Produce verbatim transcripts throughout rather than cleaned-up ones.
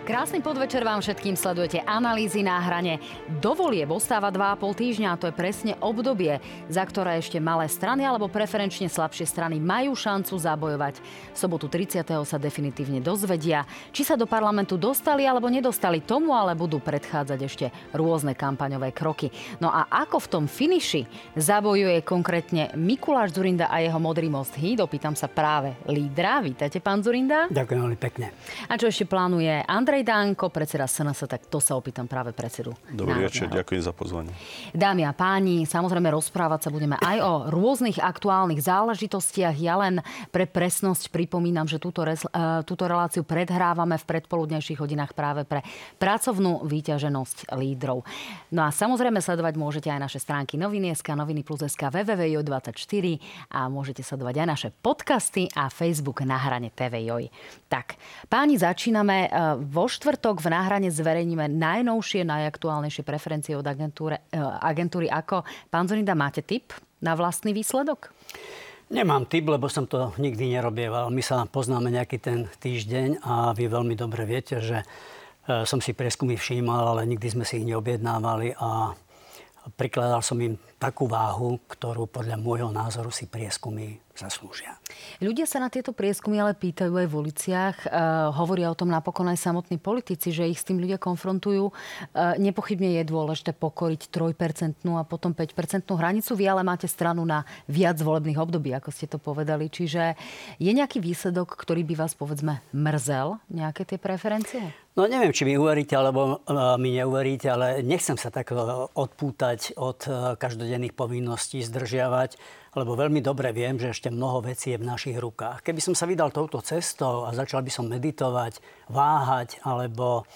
Krásny podvečer vám všetkým, sledujete Analýzy na hrane. Do volieb ostáva dva a pol týždňa a to je presne obdobie, za ktoré ešte malé strany alebo preferenčne slabšie strany majú šancu zabojovať. V sobotu tridsiateho sa definitívne dozvedia, či sa do parlamentu dostali alebo nedostali. Tomu ale budú predchádzať ešte rôzne kampaňové kroky. No a ako v tom finiši zabojuje konkrétne Mikuláš Dzurinda a jeho Modrý most híd, opýtam sa práve lídra. Vítajte, pán Dzurinda. Ďakujem veľmi pekne. A čo ešte plánuje Andrej Danko, predseda es en es, tak to sa opýtam práve predsedu. Dobrý večer, ďakujem za pozvanie. Dámy a páni, samozrejme rozprávať sa budeme aj o rôznych aktuálnych záležitostiach. Ja len pre presnosť pripomínam, že túto, res, túto reláciu predhrávame v predpoludnejších hodinách práve pre pracovnú vyťaženosť lídrov. No a samozrejme sledovať môžete aj naše stránky Noviny bodka es ká, Noviny plus bodka es ká, w w w bodka joj dvadsaťštyri a môžete sledovať aj naše podcasty a Facebook Na hrane té vé Joj. Tak, páni, začíname. Vo štvrtok v Na hrane zverejníme najnovšie, najaktuálnejšie preferencie od agentúry, agentúry ako. Pán Dzurinda, máte tip na vlastný výsledok? Nemám tip, lebo som to nikdy nerobieval. My sa poznáme nejaký ten týždeň a vy veľmi dobre viete, že som si prieskumy všímal, ale nikdy sme si ich neobjednávali a prikladal som im takú váhu, ktorú podľa môjho názoru si prieskumy zaslúžia. Ľudia sa na tieto prieskumy ale pýtajú aj v uliciach. E, hovoria o tom napokon aj samotní politici, že ich s tým ľudia konfrontujú. E, nepochybne je dôležité pokoriť tri percentnú a potom päť percentnú hranicu. Vy ale máte stranu na viac volebných období, ako ste to povedali. Čiže je nejaký výsledok, ktorý by vás, povedzme, mrzel? Nejaké tie preferencie? No neviem, či mi uveríte, alebo mi neuveríte, ale nechcem sa tak odpútať od každodenných povinností, zdržiavať, lebo veľmi dobre viem, že ešte mnoho vecí je v našich rukách. Keby som sa vydal touto cestou a začal by som meditovať, váhať alebo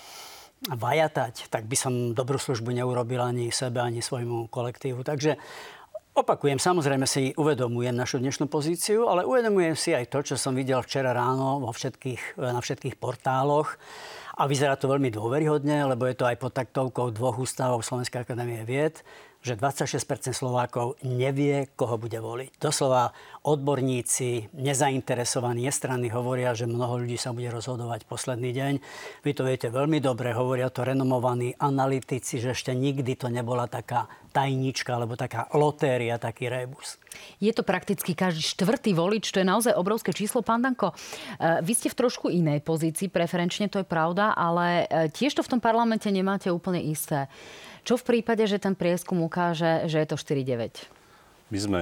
vajatať, tak by som dobrú službu neurobil ani sebe, ani svojmu kolektívu. Takže opakujem, samozrejme si uvedomujem našu dnešnú pozíciu, ale uvedomujem si aj to, čo som videl včera ráno vo všetkých, na všetkých portáloch. A vyzerá to veľmi dôveryhodne, lebo je to aj pod taktovkou dvoch ústavov Slovenskej akadémie vied, že dvadsaťšesť percent Slovákov nevie, koho bude voliť. Doslova odborníci, nezainteresovaní, nestranní hovoria, že mnoho ľudí sa bude rozhodovať posledný deň. Vy to viete veľmi dobre, hovoria to renomovaní analytici, že ešte nikdy to nebola taká tajnička alebo taká lotéria, taký rébus. Je to prakticky každý štvrtý volič, to je naozaj obrovské číslo. Pán Danko, vy ste v trošku inej pozícii, preferenčne, to je pravda, ale tiež to v tom parlamente nemáte úplne isté. Čo v prípade, že ten prieskum ukáže, že je to štyri deväť? My sme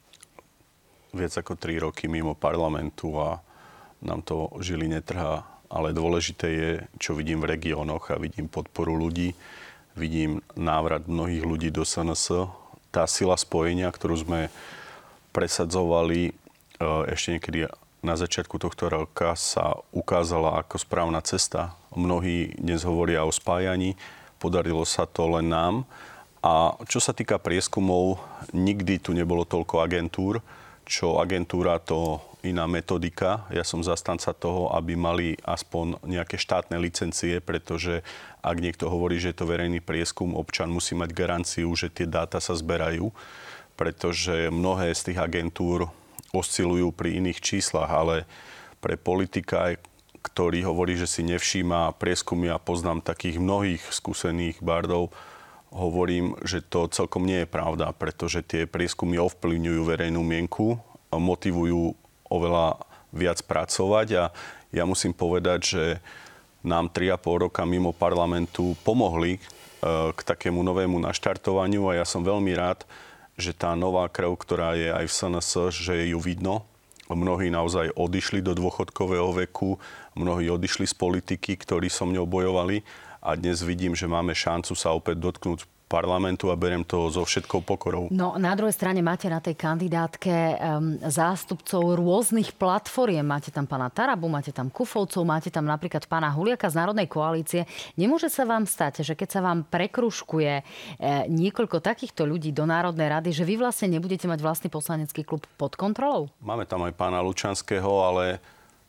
viac ako tri roky mimo parlamentu a nám to žily netrhá, ale dôležité je, čo vidím v regiónoch a vidím podporu ľudí, vidím návrat mnohých ľudí do es en es. Tá sila spojenia, ktorú sme presadzovali ešte niekedy na začiatku tohto roka, sa ukázala ako správna cesta. Mnohí dnes hovoria o spájaní. Podarilo sa to len nám. A čo sa týka prieskumov, nikdy tu nebolo toľko agentúr, čo agentúra, to iná metodika. Ja som zastanca toho, aby mali aspoň nejaké štátne licencie, pretože ak niekto hovorí, že je to verejný prieskum, občan musí mať garanciu, že tie dáta sa zberajú, pretože mnohé z tých agentúr oscilujú pri iných číslach, ale pre politika, ktorý hovorí, že si nevšíma prieskumy a poznám takých mnohých skúsených bardov, hovorím, že to celkom nie je pravda, pretože tie prieskumy ovplyvňujú verejnú mienku, motivujú oveľa viac pracovať a ja musím povedať, že nám tri a pol roka mimo parlamentu pomohli k takému novému naštartovaniu a ja som veľmi rád, že tá nová krv, ktorá je aj v es en es, že ju vidno. Mnohí naozaj odišli do dôchodkového veku, mnohí odišli z politiky, ktorí so mňou bojovali a dnes vidím, že máme šancu sa opäť dotknúť parlamentu a beriem to so všetkou pokorou. No, na druhej strane máte na tej kandidátke um, zástupcov rôznych platformiem. Máte tam pána Tarabu, máte tam Kufovcov, máte tam napríklad pána Huliaka z Národnej koalície. Nemôže sa vám stať, že keď sa vám prekružkuje e, niekoľko takýchto ľudí do Národnej rady, že vy vlastne nebudete mať vlastný poslanecký klub pod kontrolou? Máme tam aj pána Lučanského, ale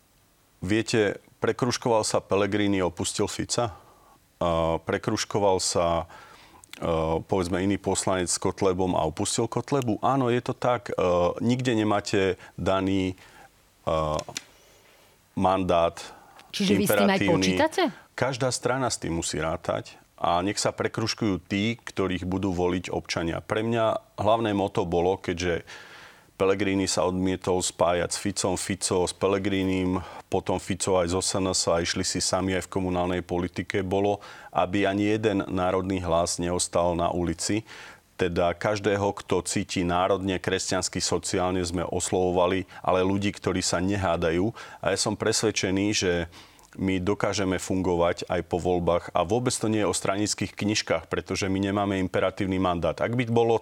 viete, prekružkoval sa Pellegrini, opustil Fica. Uh, prekružkoval sa Uh, povedzme iný poslanec s Kotlebom a opustil Kotlebu. Áno, je to tak. Uh, nikde nemáte daný uh, mandát Čiže vy s tým aj počítate? každá strana s tým musí rátať a nech sa prekružkujú tí, ktorých budú voliť občania. Pre mňa hlavné motto bolo, keďže Pellegrini sa odmietol spájať s Ficom, Fico s Pellegrinim, potom Fico aj z es en es a išli si sami aj v komunálnej politike, bolo, aby ani jeden národný hlas neostal na ulici. Teda každého, kto cíti národne, kresťansky, sociálne sme oslovovali, ale ľudí, ktorí sa nehádajú. A ja som presvedčený, že my dokážeme fungovať aj po voľbách. A vôbec to nie je o stranických knižkách, pretože my nemáme imperatívny mandát. Ak by bolo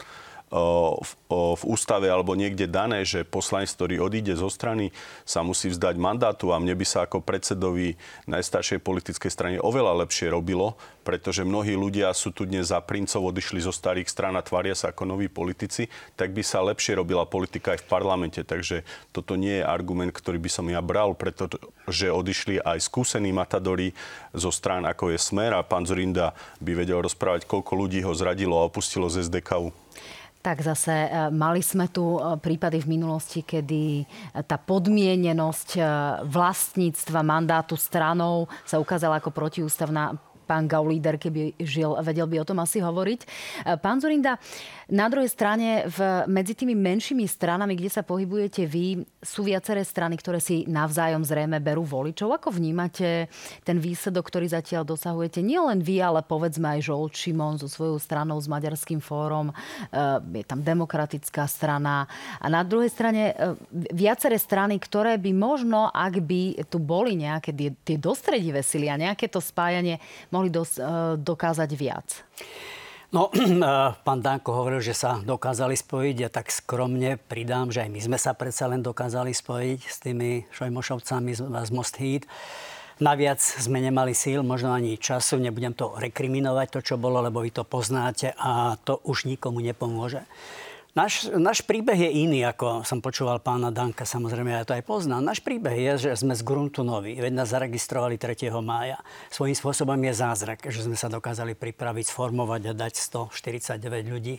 V, v ústave alebo niekde dané, že poslanec, ktorý odíde zo strany, sa musí vzdať mandátu a mne by sa ako predsedovi najstaršej politickej strany oveľa lepšie robilo, pretože mnohí ľudia sú tu dnes za princov, odišli zo starých strán a tvária sa ako noví politici, tak by sa lepšie robila politika aj v parlamente. Takže toto nie je argument, ktorý by som ja bral, pretože odišli aj skúsení matadori zo strán, ako je Smer, a pán Dzurinda by vedel rozprávať, koľko ľudí ho zradilo a opustilo z es dé ká ú. Tak zase mali sme tu prípady v minulosti, kedy tá podmienenosť vlastníctva mandátu stranou sa ukázala ako protiústavná. Pán Gaulíder, keby žil, vedel by o tom asi hovoriť. Pán Dzurinda, na druhej strane v, medzi tými menšími stranami, kde sa pohybujete vy, sú viaceré strany, ktoré si navzájom zrejme berú voličov. Ako vnímate ten výsledok, ktorý zatiaľ dosahujete? Nie len vy, ale povedzme aj Žolt Šimon so svojou stranou, s Maďarským fórom. Je tam Demokratická strana. A na druhej strane viaceré strany, ktoré by možno, ak by tu boli nejaké tie, tie dostredivé sily a nejaké to spájanie, mohli dos, dokázať viac. No, pán Danko hovoril, že sa dokázali spojiť. Ja tak skromne pridám, že aj my sme sa predsa len dokázali spojiť s tými Šojmošovcami z Most Híd. Naviac sme nemali síl, možno ani času. Nebudem to rekriminovať, to, čo bolo, lebo vy to poznáte a to už nikomu nepomôže. Náš, náš príbeh je iný, ako som počúval pána Danka, samozrejme, ja to aj poznám. Náš príbeh je, že sme z gruntu noví. Veď nás zaregistrovali tretieho mája. Svojím spôsobom je zázrak, že sme sa dokázali pripraviť, sformovať a dať stoštyridsaťdeväť ľudí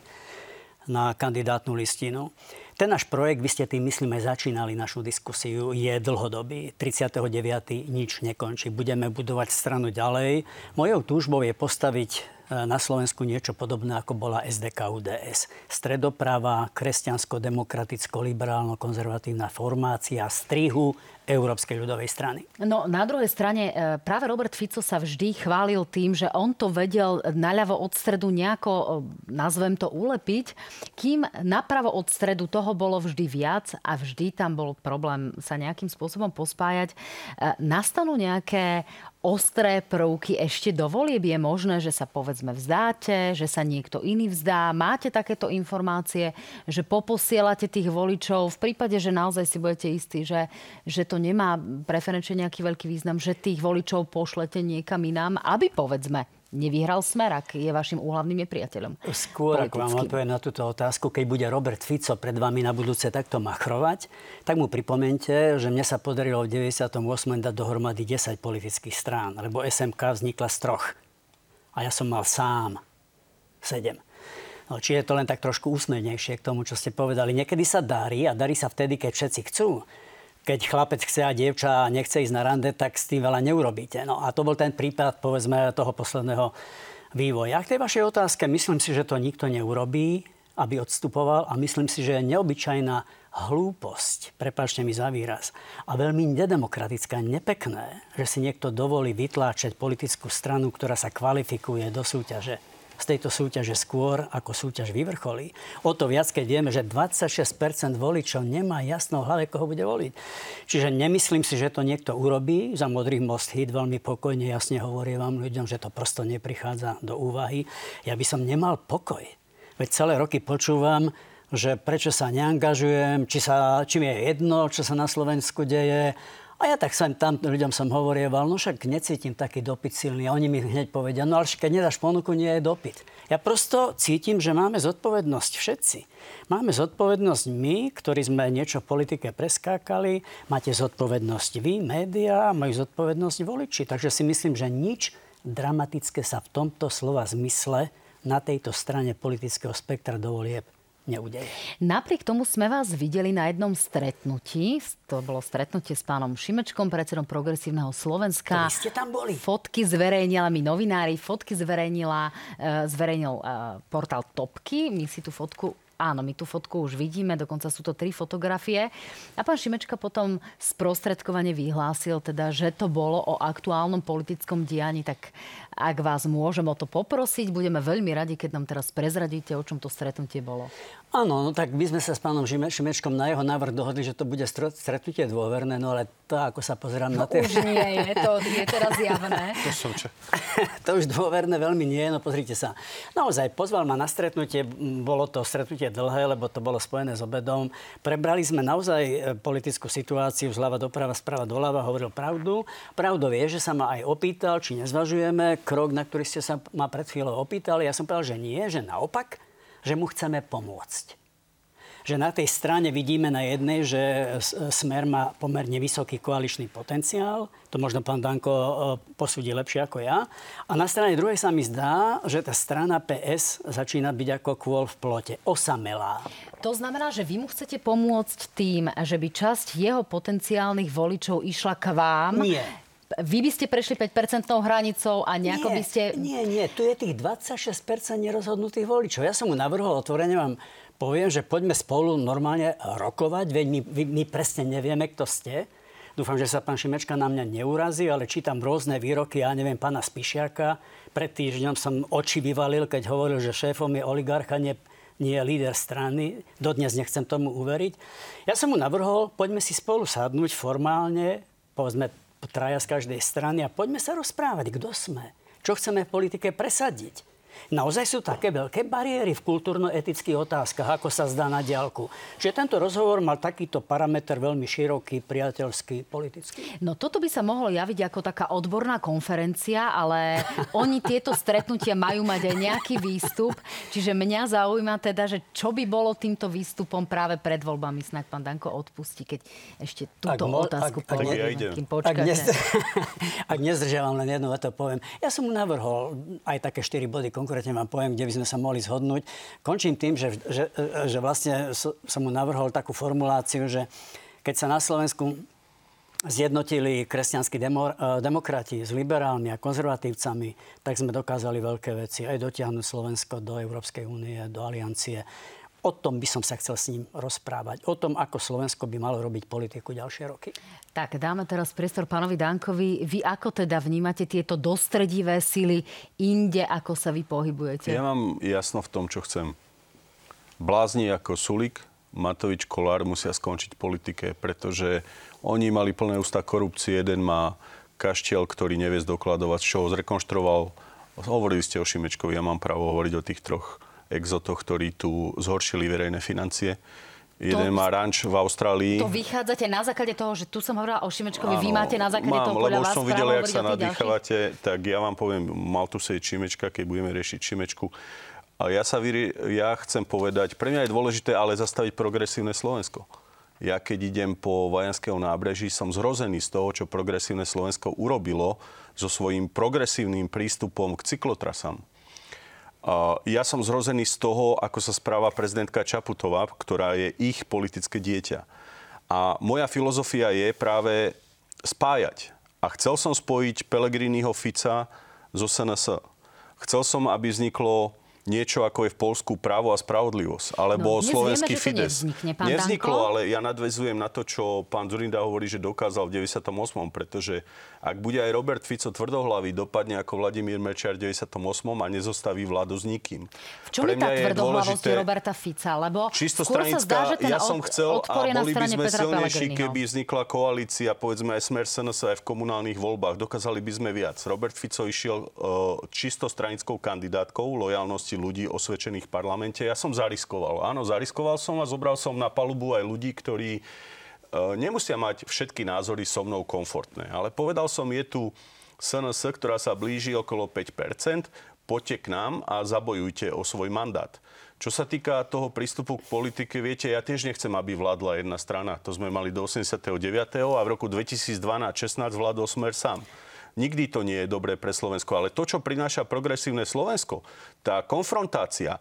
na kandidátnu listinu. Ten náš projekt, vy ste tým, myslím, aj začínali našu diskusiu, je dlhodobý. tridsiateho deviateho nič nekončí. Budeme budovať stranu ďalej. Mojou túžbou je postaviť na Slovensku niečo podobné, ako bola es dé ká ú dé es. Stredoprava, kresťansko-demokraticko-liberálno-konzervatívna formácia strihu Európskej ľudovej strany. No, na druhej strane, práve Robert Fico sa vždy chválil tým, že on to vedel naľavo od stredu nejako, nazvem to, ulepiť, kým napravo od stredu toho bolo vždy viac a vždy tam bol problém sa nejakým spôsobom pospájať. Nastanú nejaké ostré prvky ešte do volieb? Je možné, že sa povedzme vzdáte, že sa niekto iný vzdá? Máte takéto informácie, že poposielate tých voličov v prípade, že naozaj si budete istí, že, že to nemá preferenčne nejaký veľký význam, že tých voličov pošlete niekam inám, aby povedzme nevyhral Smer, ak je vašim úhlavným nepriateľom? Skôr, ako vám odpoviem na túto otázku, keď bude Robert Fico pred vami na budúce takto machrovať, tak mu pripomente, že mne sa podarilo v deväťdesiatom ôsmom dať dohromady desať politických strán, lebo es em ká vznikla z troch. A ja som mal sám sedem. No, či je to len tak trošku úsmevnejšie k tomu, čo ste povedali. Niekedy sa darí a darí sa vtedy, keď všetci chcú. Keď chlapec chce a dievča nechce ísť na rande, tak s tým veľa neurobíte. No a to bol ten prípad, povedzme, toho posledného vývoja. K tej vašej otázke, myslím si, že to nikto neurobí, aby odstupoval, a myslím si, že je neobyčajná hlúposť, prepáčte mi za výraz, a veľmi nedemokratická, nepekné, že si niekto dovolí vytláčať politickú stranu, ktorá sa kvalifikuje do súťaže. Z tejto súťaže skôr, ako súťaž vyvrcholí. O to viac, keď vieme, že dvadsaťšesť percent voličov nemá jasno v hlave, koho bude voliť. Čiže nemyslím si, že to niekto urobí. Za Modrých Most Híd veľmi pokojne, jasne hovorí vám ľuďom, že to prosto neprichádza do úvahy. Ja by som nemal pokoj. Veď celé roky počúvam, že prečo sa neangažujem, či, sa, či mi je jedno, čo sa na Slovensku deje. A ja tak sem tam ľuďom som hovorieval, no však necítim taký dopyt silný. A oni mi hneď povedia, no ale keď nedáš ponuku, nie je dopyt. Ja prosto cítim, že máme zodpovednosť všetci. Máme zodpovednosť my, ktorí sme niečo v politike preskákali. Máte zodpovednosť vy, médiá, majú zodpovednosť voliči. Takže si myslím, že nič dramatické sa v tomto slova zmysle na tejto strane politického spektra do volieb neudeje. Napriek tomu sme vás videli na jednom stretnutí. To bolo stretnutie s pánom Šimečkom, predsedom Progresívneho Slovenska. To vy ste tam boli. Fotky zverejnila mi novinári, fotky zverejnila, zverejnil portál Topky. My si tú fotku Áno, my tú fotku už vidíme, dokonca sú to tri fotografie. A pán Šimečka potom sprostredkovane vyhlásil, teda, že to bolo o aktuálnom politickom dianí. Tak ak vás môžem o to poprosiť, budeme veľmi radi, keď nám teraz prezradíte, o čom to stretnutie bolo. Áno, no tak my sme sa s pánom Šimečkom na jeho návrh dohodli, že to bude stretnutie dôverné, no ale to, ako sa pozerám no, na tie... Už nie je, to je teraz javné. To som čo? To už dôverné veľmi nie, no pozrite sa. Naozaj, pozval ma na stretnutie, bolo to stretnutie dlhé, lebo to bolo spojené s obedom. Prebrali sme naozaj politickú situáciu zľava doprava, sprava doľava, hovoril pravdu. Pravdou je, že sa ma aj opýtal, či nezvažujeme krok, na ktorý ste sa ma pred chvíľou opýtali. Ja som povedal, že nie, že naopak, že mu chceme pomôcť. Že na tej strane vidíme na jednej, že Smer má pomerne vysoký koaličný potenciál. To možno pán Danko posúdi lepšie ako ja. A na strane druhej sa mi zdá, že tá strana pé es začína byť ako kôl v plote. Osamelá. To znamená, že vy mu chcete pomôcť tým, že by časť jeho potenciálnych voličov išla k vám? Nie. Vy by ste prešli päť percentnou hranicou a nejako nie, by ste... Nie, nie. Tu je tých dvadsaťšesť percent nerozhodnutých voličov. Ja som mu navrhol otvorene, vám poviem, že poďme spolu normálne rokovať, veď my, my presne nevieme, kto ste. Dúfam, že sa pán Šimečka na mňa neurazí, ale čítam rôzne výroky, ja neviem, pána Spišiaka. Pred týždňom som oči vyvalil, keď hovoril, že šéfom je oligarcha, nie, nie je líder strany. Dodnes nechcem tomu uveriť. Ja som mu navrhol, poďme si spolu sadnúť formálne, povedzme traja z každej strany a poďme sa rozprávať, kto sme, čo chceme v politike presadiť. Naozaj sú také veľké bariéry v kultúrno-etických otázkach, ako sa zdá na diaľku. Čiže tento rozhovor mal takýto parameter veľmi široký, priateľský, politický. No toto by sa mohlo javiť ako taká odborná konferencia, ale oni tieto stretnutia majú mať aj nejaký výstup. Čiže mňa zaujíma teda, že čo by bolo týmto výstupom práve pred voľbami. Snak pán Danko odpustí, keď ešte túto mo- otázku ak, položím, ak, kým počkáte. Ak, nezdr- ak nezdržiavam, len jednu vetu poviem. Ja som mu navrhol aj také štyri body, konkrétne vám poviem, kde by sme sa mohli zhodnúť. Končím tým, že, že, že vlastne som mu navrhol takú formuláciu, že keď sa na Slovensku zjednotili kresťanskí demo, demokrati s liberálmi a konzervatívcami, tak sme dokázali veľké veci. Aj dotiahnuť Slovensko do Európskej únie, do aliancie. O tom by som sa chcel s ním rozprávať. O tom, ako Slovensko by malo robiť politiku ďalšie roky. Tak, dáme teraz priestor pánovi Dankovi. Vy ako teda vnímate tieto dostredivé sily inde, ako sa vy pohybujete? Ja mám jasno v tom, čo chcem. Blázni ako Sulík, Matovič, Kollár musia skončiť v politike, pretože oni mali plné ústa korupcie. Jeden má kaštiel, ktorý nevie zdokladovať, z čoho zrekonštruoval. Hovorili ste o Šimečkovi, ja mám právo hovoriť o tých troch exotoch, ktorí tu zhoršili verejné financie. Jeden to, má ranč v Austrálii. To vychádzate na základe toho, že tu som hovorila o Šimečkovi, áno, vy máte na základe mám, toho podľa vás lebo som videl, jak sa nadýchavate, ďalších? Tak ja vám poviem, mal tu sedieť Šimečka, keď budeme riešiť Šimečku. A ja sa vyri, ja chcem povedať, pre mňa je dôležité ale zastaviť progresívne Slovensko. Ja keď idem po Vajanského nábreží, som zrozený z toho, čo progresívne Slovensko urobilo so svojím progresívnym prístupom k cyklotrasám. Ja som zrozený z toho, ako sa správa prezidentka Čaputová, ktorá je ich politické dieťa. A moja filozofia je práve spájať. A chcel som spojiť Pellegriniho Fica zo es en es. Chcel som, aby vzniklo niečo, ako je v Poľsku Právo a spravodlivosť, alebo no, slovenský Fides. Nevzniklo, Danko? Ale ja nadväzujem na to, čo pán Dzurinda hovorí, že dokázal v deväťdesiatom ôsmom Pretože ak bude aj Robert Fico tvrdohlavý, dopadne ako Vladimír Mečiar v deväťdesiatom ôsmom a nezostaví vládu s nikým. V čom je tá tvrdohlavosť Roberta Fica? Lebo čisto stranická, ja som chcel, a boli by sme silnejší, keby vznikla koalícia, povedzme aj Smer es en es aj v komunálnych voľbách. Dokázali by sme viac. Robert Fico išiel uh, čisto stranickou kandidátkou lojalnosti ľudí osvedčených v parlamente. Ja som zariskoval. Áno, zariskoval som a zobral som na palubu aj ľudí, ktorí uh, nemusia mať všetky názory so mnou komfortné. Ale povedal som, je tu es en es, ktorá sa blíži okolo päť percent. Poďte k nám a zabojujte o svoj mandát. Čo sa týka toho prístupu k politike, viete, ja tiež nechcem, aby vládla jedna strana. To sme mali do osemdesiateho deviateho a v roku dvetisícdvanásť šestnásť vládol Smer sám. Nikdy to nie je dobré pre Slovensko, ale to, čo prináša progresívne Slovensko, tá konfrontácia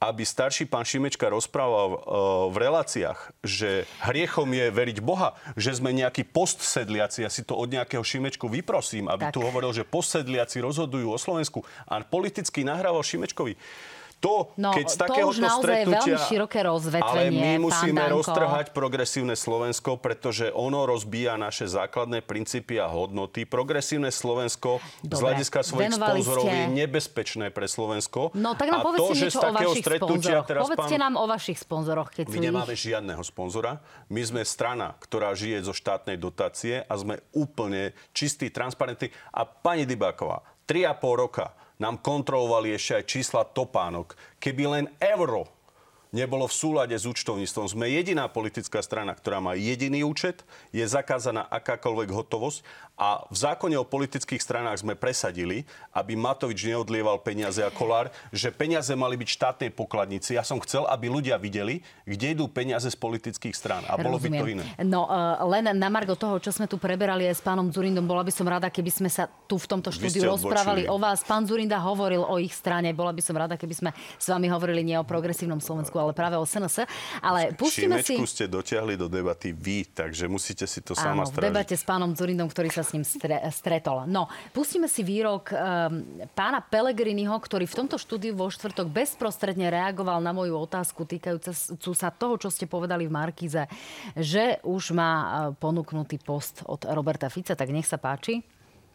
aby starší pán Šimečka rozprával uh, v reláciách, že hriechom je veriť Boha, že sme nejakí postsedliaci. Ja si to od nejakého Šimečku vyprosím, aby tak tu hovoril, že postsedliaci rozhodujú o Slovensku a politicky nahrával Šimečkovi. To, no, keď z to takéhoto už naozaj stretnutia, je veľmi široké rozvetvenie, ale my musíme pán Danko. roztrhať progresívne Slovensko, pretože ono rozbíja naše základné princípy a hodnoty. Progresívne Slovensko Dobre. z hľadiska svojich Venovali sponzorov ste... je nebezpečné pre Slovensko. No tak nám a povedzte to, že niečo z o takého vašich stretnutia sponzoroch. teraz Povedzte pán... nám o vašich sponzoroch, keď My sú nemáme ich... žiadneho sponzora. My sme strana, ktorá žije zo štátnej dotácie a sme úplne čistí, transparentní. A pani Dybáková, tri a pol roka nám kontrolovali ešte aj čísla topánok. Keby len euro nebolo v súlade s účtovníctvom. Sme jediná politická strana, ktorá má jediný účet, je zakázaná akákoľvek hotovosť a v zákone o politických stranách sme presadili, aby Matovič neodlieval peniaze a Kollár, že peniaze mali byť štátnej pokladnici. Ja som chcel, aby ľudia videli, kde idú peniaze z politických strán a bolo Rozumiem. by to iné. No len na margo toho, čo sme tu preberali aj s pánom Dzurindom, bola by som rada, keby sme sa tu v tomto štúdiu rozprávali o vás. Pán Dzurinda hovoril o ich strane, bola by som rada, keby sme s vami hovorili nie o progresívnom Slovensku, ale práve o es en es. Ale pustíme si... Šimečku ste dotiahli do debaty vy, takže musíte si to Áno, sama strážiť. v debate s pánom Dzurindom, ktorý sa s ním stre- stretol. No, pustíme si výrok um, pána Pellegriniho, ktorý v tomto štúdiu vo štvrtok bezprostredne reagoval na moju otázku týkajúcu sa toho, čo ste povedali v Markíze, že už má ponúknutý post od Roberta Fica. Tak nech sa páči.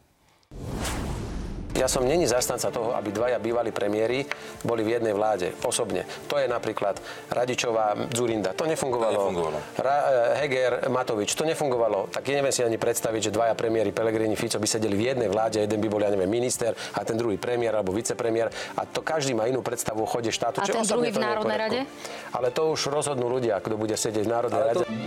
Ja som není zastanca toho, aby dvaja bývalí premiéri boli v jednej vláde osobne. To je napríklad Radičová, Dzurinda. To nefungovalo. To nefungovalo. Ra- Heger, Matovič. To nefungovalo. Tak ja neviem si ani predstaviť, že dvaja premiéri Pellegrini, Fico by sedeli v jednej vláde. Jeden by bol, ja neviem, minister a ten druhý premiér alebo vicepremiér. A to každý má inú predstavu o chode štátu. A ten druhý v Národnej rade? Ale to už rozhodnú ľudia, kto bude sedieť v Národnej rade. To...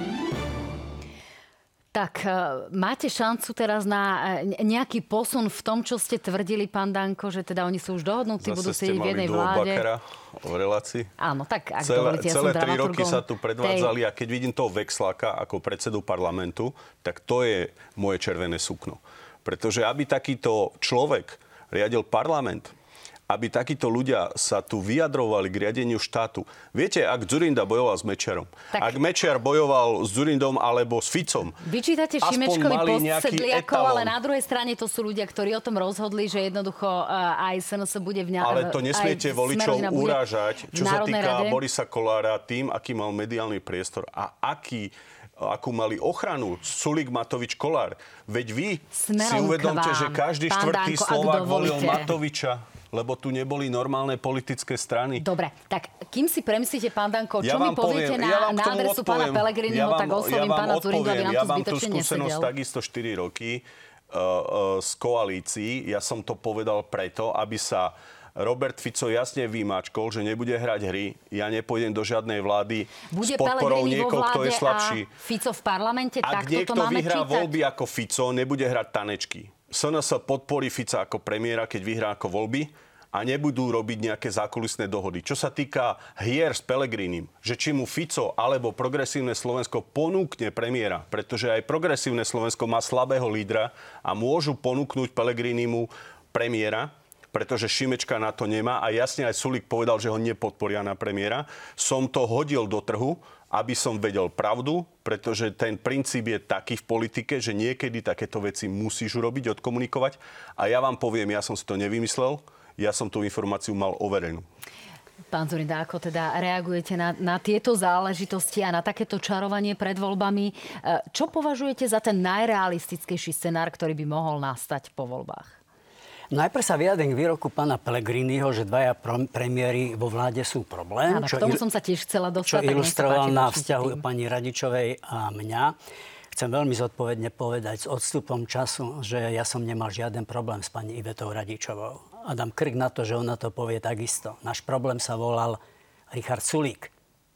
Tak, máte šancu teraz na nejaký posun v tom, čo ste tvrdili, pán Danko, že teda oni sú už dohodnutí, budú sedieť v jednej vláde. Bakera v relácii. Áno, tak ak celé, dovolíte, ja celé som tri roky sa tu predvádzali tej... a keď vidím toho Vexláka ako predsedu parlamentu, tak to je moje červené sukno. Pretože aby takýto človek riadil parlament, aby takíto ľudia sa tu vyjadrovali k riadeniu štátu. Viete, ak Dzurinda bojoval s Mečiarom, tak... ak Mečiar bojoval s Dzurindom alebo s Ficom, vyčítate Šimečkovi postsedliakov, ale na druhej strane to sú ľudia, ktorí o tom rozhodli, že jednoducho aj es en es bude v ňa... Ale to nesmiete voličov urážať, čo sa týka rade. Borisa Kollára, tým, aký mal mediálny priestor a aký akú mali ochranu Sulík, Matovič, Kollár. Veď vy Smerom si uvedomte, že každý štvrtý Slovák volil Matoviča, lebo tu neboli normálne politické strany. Dobre, tak kým si premyslíte, pán Danko, čo ja mi poviete poviem, na, ja na adresu odpoviem, pána Pellegriniho, ja vám, tak oslovím ja pána Dzurindu, aby nám ja tu zbytočne nesedel. Ja mám tú skúsenosť takisto štyri roky uh, uh, z koalícií. Ja som to povedal preto, aby sa Robert Fico jasne vymáčkol, že nebude hrať hry. Ja nepôjdem do žiadnej vlády bude s podporou niekoho, kto je slabší. A Fico v parlamente, ak tak toto máme čítať. Ak niekto vyhrá voľby ako Fico, nebude hrať tanečky. es en es podporí Fica ako premiéra, keď vyhrá ako voľby a nebudú robiť nejaké zákulisné dohody. Čo sa týka hier s Pellegrinim, že či mu Fico alebo Progresívne Slovensko ponúkne premiéra, pretože aj Progresívne Slovensko má slabého lídra a môžu ponúknuť Pellegrinimu premiéra, pretože Šimečka na to nemá a jasne aj Sulík povedal, že ho nepodporia na premiéra. Som to hodil do trhu, aby som vedel pravdu, pretože ten princíp je taký v politike, že niekedy takéto veci musíš urobiť, odkomunikovať. A ja vám poviem, ja som si to nevymyslel, ja som tú informáciu mal overenú. Pán Dzurinda, ako teda reagujete na, na tieto záležitosti a na takéto čarovanie pred voľbami? Čo považujete za ten najrealistickejší scenár, ktorý by mohol nastať po voľbách? Najprv sa vyjadrím k výroku pána Pellegriniho, že dvaja premiéry vo vláde sú problém. Áno, k tomu som sa tiež chcela dostať. Čo ilustroval na vzťahu pani Radičovej a mňa. Chcem veľmi zodpovedne povedať s odstupom času, že ja som nemal žiaden problém s pani Ivetou Radičovou. A dám krk na to, že ona to povie takisto. Náš problém sa volal Richard Sulík.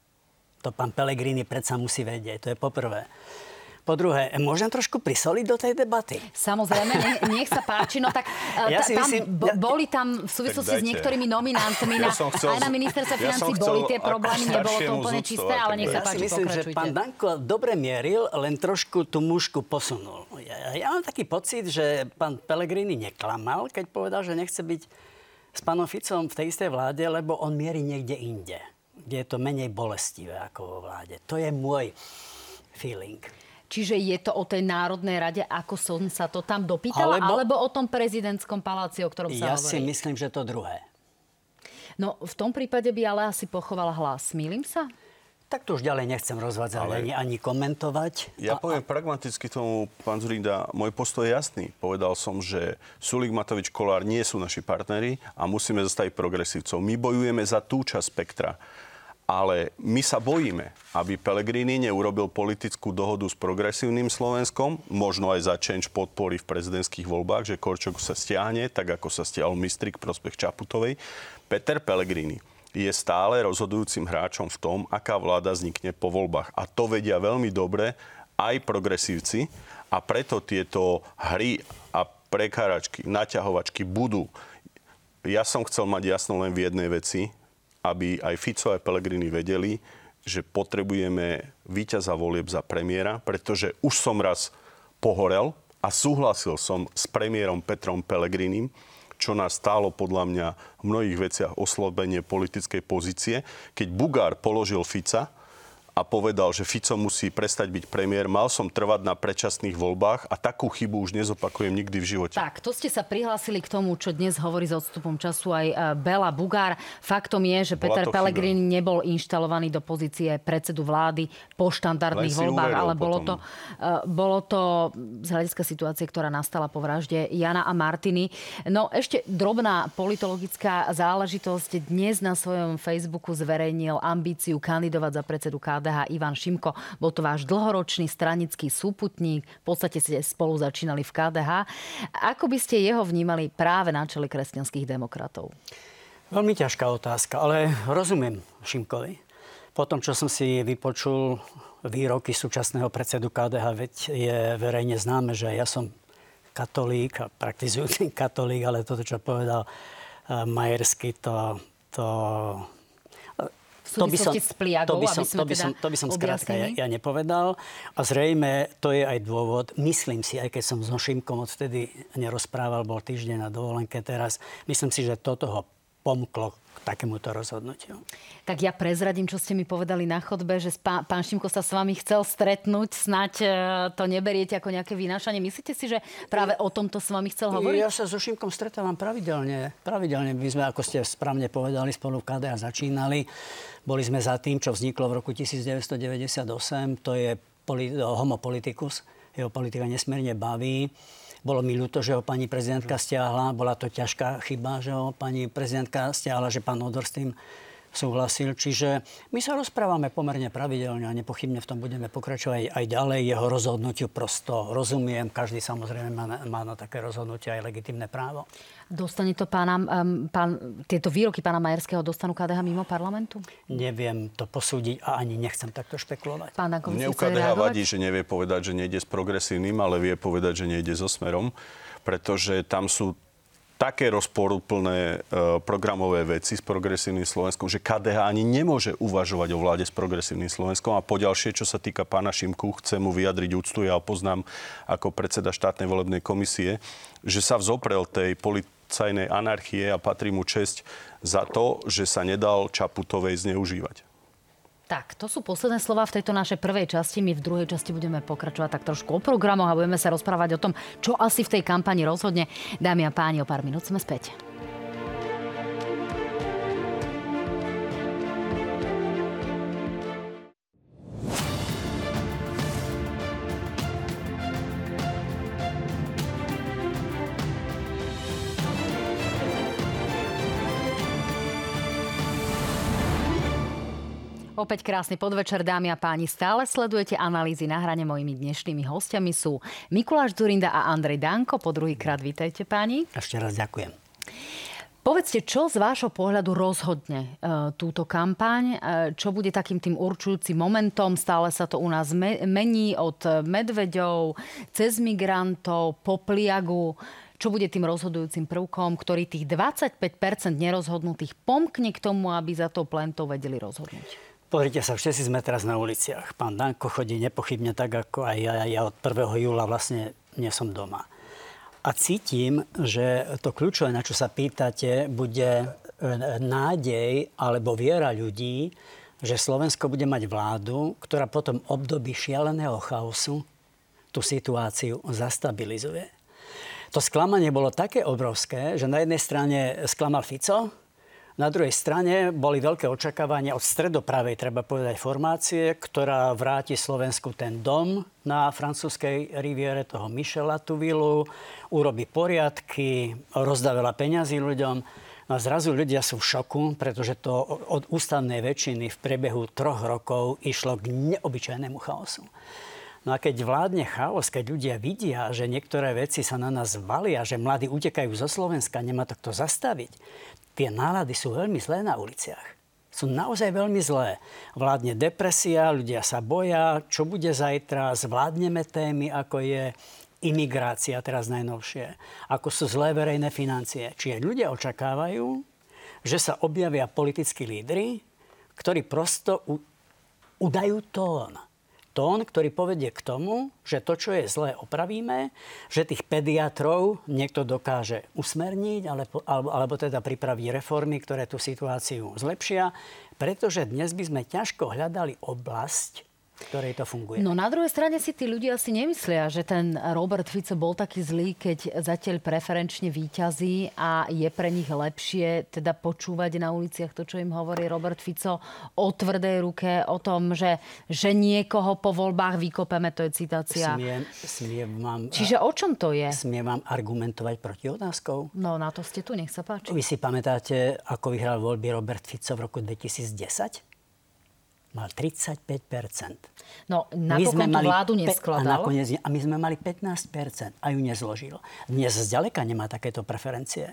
To pán Pellegrini predsa musí vedieť. To je poprvé. Po druhé, môžem trošku prisoliť do tej debaty? Samozrejme, nech, nech sa páči. No tak ja ta, tam, myslím, ja, boli tam v súvislosti s niektorými nominantmi ja na, chcel, aj na ministerstve ja financí boli tie problémy, nebolo to úplne čisté, ale nech sa páči, ja si myslím, pokračujte. Že pán Danko dobre mieril, len trošku tú mušku posunul. Ja, ja mám taký pocit, že pán Pellegrini neklamal, keď povedal, že nechce byť s pánom Ficom v tej istej vláde, lebo on mierí niekde inde, kde je to menej bolestivé ako vo vláde. To je môj feeling. Čiže je to o tej Národnej rade, ako som sa to tam dopýtala, alebo, alebo o tom prezidentskom paláci, o ktorom sa ja hovorí? Ja si myslím, že to druhé. No, v tom prípade by ale asi pochovala hlas. Mýlim sa? Tak to už ďalej nechcem rozvádzať, ale... ani, ani komentovať. Ja a, poviem a... pragmaticky tomu, pán Dzurinda, môj postoj je jasný. Povedal som, že Sulík, Matovič, Kollár nie sú naši partneri a musíme zostaviť progresívcov. My bojujeme za tú časť spektra. Ale my sa bojíme, aby Pellegrini neurobil politickú dohodu s progresívnym Slovenskom, možno aj za change podpory v prezidentských voľbách, že Korčok sa stiahne, tak ako sa stiahol Mistrik v prospech Čaputovej. Peter Pellegrini je stále rozhodujúcim hráčom v tom, aká vláda vznikne po voľbách. A to vedia veľmi dobre aj progresívci. A preto tieto hry a prekáračky, naťahovačky budú. Ja som chcel mať jasno len v jednej veci, aby aj Fico aj Pellegrini vedeli, že potrebujeme víťaza volieb za premiéra, pretože už som raz pohorel a súhlasil som s premiérom Petrom Pellegrinim, čo nás stálo podľa mňa v mnohých veciach oslabenie politickej pozície. Keď Bugár položil Fica a povedal, že Fico musí prestať byť premiér, mal som trvať na predčasných voľbách a takú chybu už nezopakujem nikdy v živote. Tak, to ste sa prihlásili k tomu, čo dnes hovorí s odstupom času aj Béla Bugár. Faktom je, že Peter Pellegrini chyba. nebol inštalovaný do pozície predsedu vlády po štandardných voľbách, ale bolo to, bolo to z hľadiska situácie, ktorá nastala po vražde Jana a Martiny. No ešte drobná politologická záležitosť. Dnes na svojom Facebooku zverejnil ambíciu kandidovať za predsedu ká dé há Ivan Šimko. Bol to váš dlhoročný stranický súputník. V podstate ste spolu začínali v ká dé há. Ako by ste jeho vnímali práve na čele kresťanských demokratov? Veľmi ťažká otázka, ale rozumiem Šimkovi. Po tom, čo som si vypočul výroky súčasného predsedu ká dé há, veď je verejne známe, že ja som katolík a praktizujúci katolík, ale toto, čo povedal Majersky, to... to To by, som, pliagou, to, by som, to, by som, to by som skrátka ja, ja nepovedal. A zrejme to je aj dôvod. Myslím si, aj keď som s Šimkom odvtedy nerozprával, bol týždeň na dovolenke teraz, myslím si, že toto ho pomklo k takémuto rozhodnutiu. Tak ja prezradím, čo ste mi povedali na chodbe, že pán, pán Šimko sa s vami chcel stretnúť. Snáď to neberiete ako nejaké vynášanie. Myslíte si, že práve o tomto s vami chcel hovoriť? Ja sa so Šimkom stretávam pravidelne. Pravidelne my sme, ako ste správne povedali, spolu v ká dé há začínali. Boli sme za tým, čo vzniklo v roku devätnásťstodeväťdesiatosem. To je homo politicus. Jeho politika nesmierne baví. Bolo mi ľúto, že ho pani prezidentka stiahla. Bola to ťažká chyba, že ho pani prezidentka stiahla, že pán Odor s tým súhlasil. Čiže my sa rozprávame pomerne pravidelne a nepochybne v tom budeme pokračovať aj ďalej. Jeho rozhodnutiu prosto rozumiem. Každý samozrejme má na, má na také rozhodnutie aj legitímne právo. Dostane to pána, um, pán, tieto výroky pána Majerského dostanú ká dé há mimo parlamentu? Neviem to posúdiť a ani nechcem takto špekulovať. Pán Danko, mne u ká dé há vadí, že nevie povedať, že nejde s progresívnym, ale vie povedať, že nejde so Smerom, pretože tam sú také rozporuplné e, programové veci s progresívnym Slovenskom, že ká dé há ani nemôže uvažovať o vláde s progresívnym Slovenskom. A poďalšie, čo sa týka pána Šimku, chcem mu vyjadriť úctu, ja ho poznám ako predseda štátnej volebnej komisie, že sa vzoprel tej policajnej anarchie a patrí mu česť za to, že sa nedal Čaputovej zneužívať. Tak, to sú posledné slová v tejto našej prvej časti. My v druhej časti budeme pokračovať tak trošku o programoch a budeme sa rozprávať o tom, čo asi v tej kampani rozhodne. Dámy a páni, o pár minút sme späť. Opäť krásny podvečer, dámy a páni. Stále sledujete analýzy na hrane. Mojimi dnešnými hostiami sú Mikuláš Dzurinda a Andrej Danko. Po druhýkrát vítajte, páni. Ešte raz ďakujem. Povedzte, čo z vášho pohľadu rozhodne e, túto kampaň? E, čo bude takým tým určujúcim momentom? Stále sa to u nás me- mení od medveďov, cez migrantov, po pliagu. Čo bude tým rozhodujúcim prvkom, ktorý tých dvadsaťpäť percent nerozhodnutých pomkne k tomu, aby za tou plentou vedeli rozhodnúť? Pozrite sa, všetci sme teraz na uliciach. Pán Danko chodí nepochybne tak, ako aj ja. Ja od prvého júla vlastne nie som doma. A cítim, že to kľúčové, na čo sa pýtate, bude nádej alebo viera ľudí, že Slovensko bude mať vládu, ktorá potom období šialeného chaosu tú situáciu zastabilizuje. To sklamanie bolo také obrovské, že na jednej strane sklamal Fico, na druhej strane boli veľké očakávania od stredopravej, treba povedať, formácie, ktorá vráti Slovensku ten dom na francúzskej riviere, toho Michela tú vilu, urobí poriadky, rozdá veľa peňazí ľuďom. No a zrazu ľudia sú v šoku, pretože to od ústavnej väčšiny v priebehu troch rokov išlo k neobyčajnému chaosu. No a keď vládne chaos, keď ľudia vidia, že niektoré veci sa na nás valia, že mladí utekajú zo Slovenska, nemá to kto zastaviť, tie nálady sú veľmi zlé na uliciach. Sú naozaj veľmi zlé. Vládne depresia, ľudia sa boja, čo bude zajtra, zvládneme témy, ako je imigrácia teraz najnovšie, ako sú zlé verejné financie. Čiže ľudia očakávajú, že sa objavia politickí lídri, ktorí prosto u- udajú tón. Tón, ktorý povedie k tomu, že to, čo je zlé, opravíme, že tých pediatrov niekto dokáže usmerniť, alebo, alebo, alebo teda pripraviť reformy, ktoré tú situáciu zlepšia, pretože dnes by sme ťažko hľadali oblasť, ktorej to funguje. No na druhej strane si tí ľudia si nemyslia, že ten Robert Fico bol taký zlý, keď zatiaľ preferenčne víťazí a je pre nich lepšie teda počúvať na uliciach to, čo im hovorí Robert Fico o tvrdej ruke, o tom, že, že niekoho po voľbách vykopeme, to je citácia. Smiem, smiem vám, Čiže o čom to je? Smiem vám argumentovať proti otázkou? No na to ste tu, nech sa páči. Vy si pamätáte, ako vyhral voľby Robert Fico v roku dvetisícdesať? Mal tridsaťpäť percent. No, napokon tú vládu neskladal. A, nakoniec, a my sme mali pätnásť percent a ju nezložil. Dnes zďaleka nemá takéto preferencie.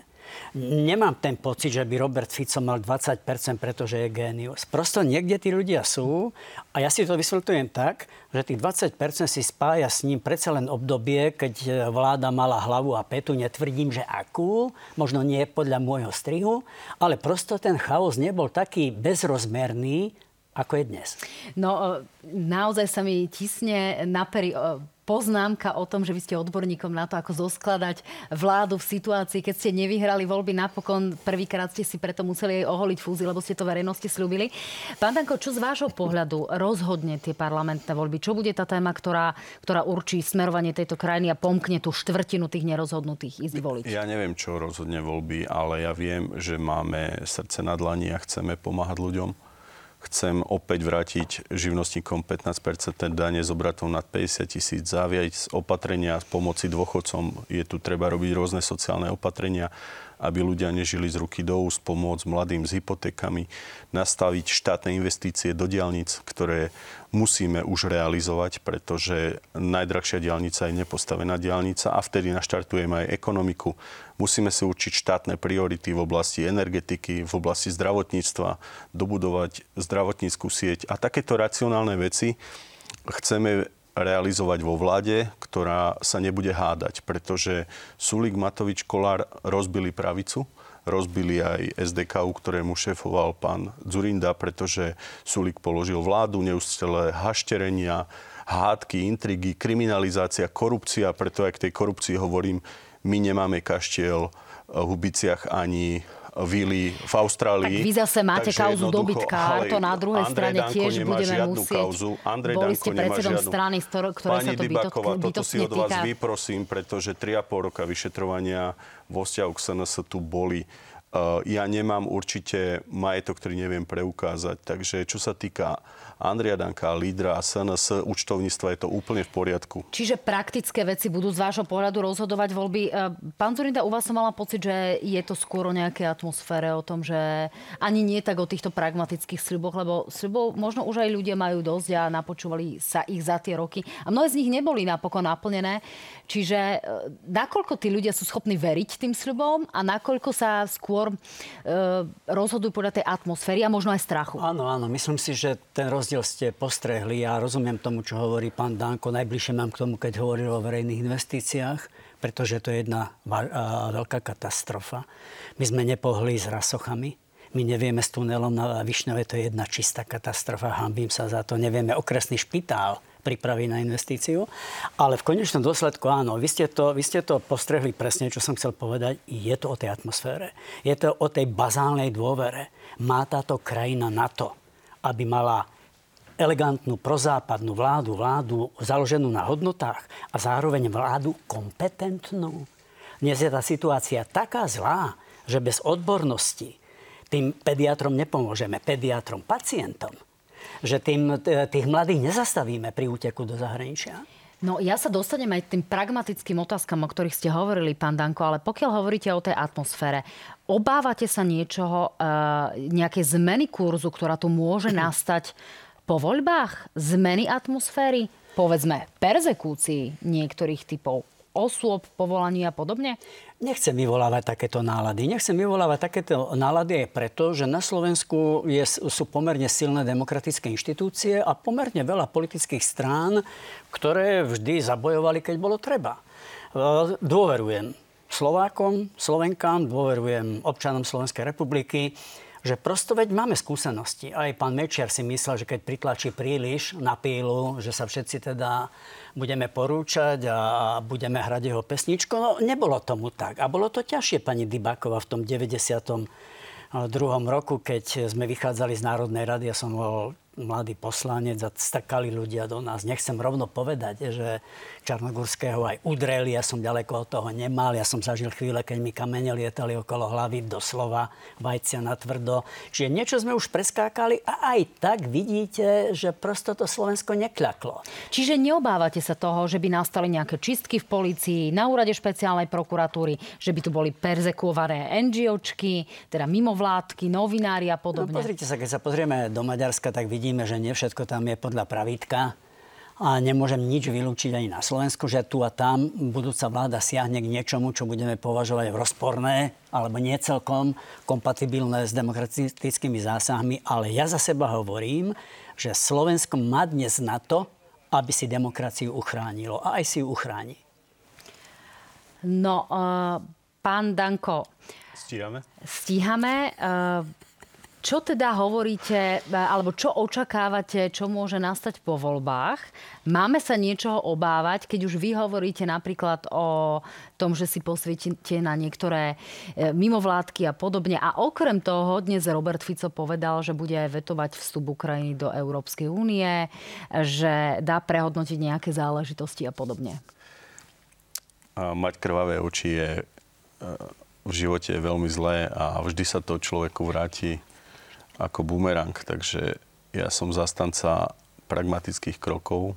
Nemám ten pocit, že by Robert Fico mal dvadsať percent, pretože je génius. Prosto niekde tí ľudia sú a ja si to vysvetľujem tak, že tých dvadsať percent si spája s ním predsa len obdobie, keď vláda mala hlavu a petu, netvrdím, že akú, možno nie podľa môjho strihu, ale prosto ten chaos nebol taký bezrozmerný, ako je dnes. No, naozaj sa mi tisne na pery poznámka o tom, že vy ste odborníkom na to, ako zoskladať vládu v situácii, keď ste nevyhrali voľby. Napokon prvýkrát ste si preto museli aj oholiť fúzy, lebo ste to verejnosti sľúbili. Pán Danko, čo z vášho pohľadu rozhodne tie parlamentné voľby? Čo bude tá téma, ktorá, ktorá určí smerovanie tejto krajiny a pomkne tú štvrtinu tých nerozhodnutých ísť voliť? Ja neviem, čo rozhodne voľby, ale ja viem, že máme srdce na dlani a chceme pomáhať ľuďom. Chcem opäť vrátiť živnostníkom pätnásť percent dane z obratov nad päťdesiat tisíc, zaviať opatrenia z pomoci dôchodcom. Je tu treba robiť rôzne sociálne opatrenia, aby ľudia nežili z ruky do úst, pomôcť mladým s hypotékami, nastaviť štátne investície do diaľnic, ktoré musíme už realizovať, pretože najdrahšia diaľnica je nepostavená diaľnica a vtedy naštartujeme aj ekonomiku. Musíme si určiť štátne priority v oblasti energetiky, v oblasti zdravotníctva, dobudovať zdravotnícku sieť a takéto racionálne veci chceme realizovať vo vláde, ktorá sa nebude hádať, pretože Sulík, Matovič, Kollár rozbili pravicu, rozbili aj es dé ká ú, ktorému šéfoval pán Dzurinda, pretože Sulík položil vládu, neustále hašterenia, hádky, intrigy, kriminalizácia, korupcia, preto aj k tej korupcii hovorím, my nemáme kaštiel v Hubiciach ani vily v Austrálii. Tak vy zase máte kauzu dobytkár, to na druhej Andrej strane Danko tiež budeme musieť. Kauzu. Andrej Boli Danko ste predsedom žiadnu... strany, ktoré Pani sa to Dybáková, bytostne toto si od vás týka. vyprosím, pretože tri a pol roka vyšetrovania vo vzťahu k es en es tu boli. Uh, ja nemám určite majetok, ktorý neviem preukázať. Takže čo sa týka Andreja Danka, lídra es en es, účtovníctva, je to úplne v poriadku. Čiže praktické veci budú z vášho pohľadu rozhodovať voľby. Pán Dzurinda, u vás som mala pocit, že je to skôr o nejakej atmosfére, o tom, že ani nie tak o týchto pragmatických sľuboch, lebo sľubov možno už aj ľudia majú dosť a napočúvali sa ich za tie roky. A mnohé z nich neboli napokon naplnené. Čiže nakoľko tí ľudia sú schopní veriť tým sľubom a nakoľko sa skôr e, rozhodujú podľa tej atmosféry a možno aj strachu? Áno, áno. Myslím si, že ten rozdiel ste postrehli. Ja rozumiem tomu, čo hovorí pán Danko. Najbližšie mám k tomu, keď hovoril o verejných investíciách, pretože to je jedna veľká katastrofa. My sme nepohli s rasochami. My nevieme s tunelom na Višňove, to je jedna čistá katastrofa. Hanbím sa za to. Nevieme okresný špitál pripraví na investíciu. Ale v konečnom dôsledku áno, vy ste, to, vy ste to postrehli presne, čo som chcel povedať. Je to o tej atmosfére. Je to o tej bazálnej dôvere. Má táto krajina na to, aby mala elegantnú prozápadnú vládu, vládu založenú na hodnotách a zároveň vládu kompetentnú. Dnes je tá situácia taká zlá, že bez odbornosti tým pediatrom nepomôžeme, pediatrom, pacientom. Že tým, tých mladých nezastavíme pri úteku do zahraničia. No ja sa dostanem aj k tým pragmatickým otázkam, o ktorých ste hovorili, pán Danko, ale pokiaľ hovoríte o tej atmosfére, obávate sa niečoho, nejaké zmeny kurzu, ktorá tu môže nastať po voľbách? Zmeny atmosféry? Povedzme, perzekúcii niektorých typov osôb, povolaní a podobne? Nechcem vyvolávať takéto nálady. Nechcem vyvolávať takéto nálady aj preto, že na Slovensku je, sú pomerne silné demokratické inštitúcie a pomerne veľa politických strán, ktoré vždy zabojovali, keď bolo treba. Dôverujem Slovákom, Slovenkám, dôverujem občanom Slovenskej republiky, že prosto veď máme skúsenosti. Aj pán Mečiar si myslel, že keď pritlačí príliš na pílu, že sa všetci teda budeme porúčať a budeme hrať jeho pesničku. No, nebolo tomu tak. A bolo to ťažšie, pani Dybáková, v tom deväťdesiatom druhom roku, keď sme vychádzali z Národnej rady. Ja som bol mladý poslanec a stakali ľudia do nás. Nechcem rovno povedať, že Čarnogórského aj udreli. Ja som ďaleko od toho nemal. Ja som zažil chvíle, keď mi kamene lietali okolo hlavy, doslova vajcia na tvrdo. Čiže niečo sme už preskákali a aj tak vidíte, že prosto to Slovensko nekľaklo. Čiže neobávate sa toho, že by nastali nejaké čistky v polícii, na úrade špeciálnej prokuratúry, že by tu boli perzekvované NGOčky, teda mimovládky, novinári a podobne? No, pozrite sa, keď sa pozrieme do Maďarska, tak vidíme, že nie všetko tam je podľa pravítka. A nemôžem nič vylúčiť ani na Slovensku, že tu a tam budúca vláda siahne k niečomu, čo budeme považovať rozporné alebo nie celkom kompatibilné s demokratickými zásahmi. Ale ja za seba hovorím, že Slovensko má dnes na to, aby si demokraciu uchránilo. A aj si ju uchráni. No, uh, pán Danko. Stíhame? Stíhame. Uh, Čo teda hovoríte, alebo čo očakávate, čo môže nastať po voľbách? Máme sa niečoho obávať, keď už vy hovoríte napríklad o tom, že si posvietite na niektoré mimovládky a podobne. A okrem toho dnes Robert Fico povedal, že bude vetovať vstup Ukrajiny do Európskej únie, že dá prehodnotiť nejaké záležitosti a podobne. A mať krvavé oči je v živote veľmi zlé a vždy sa to človeku vráti ako bumerang, takže ja som zastanca pragmatických krokov.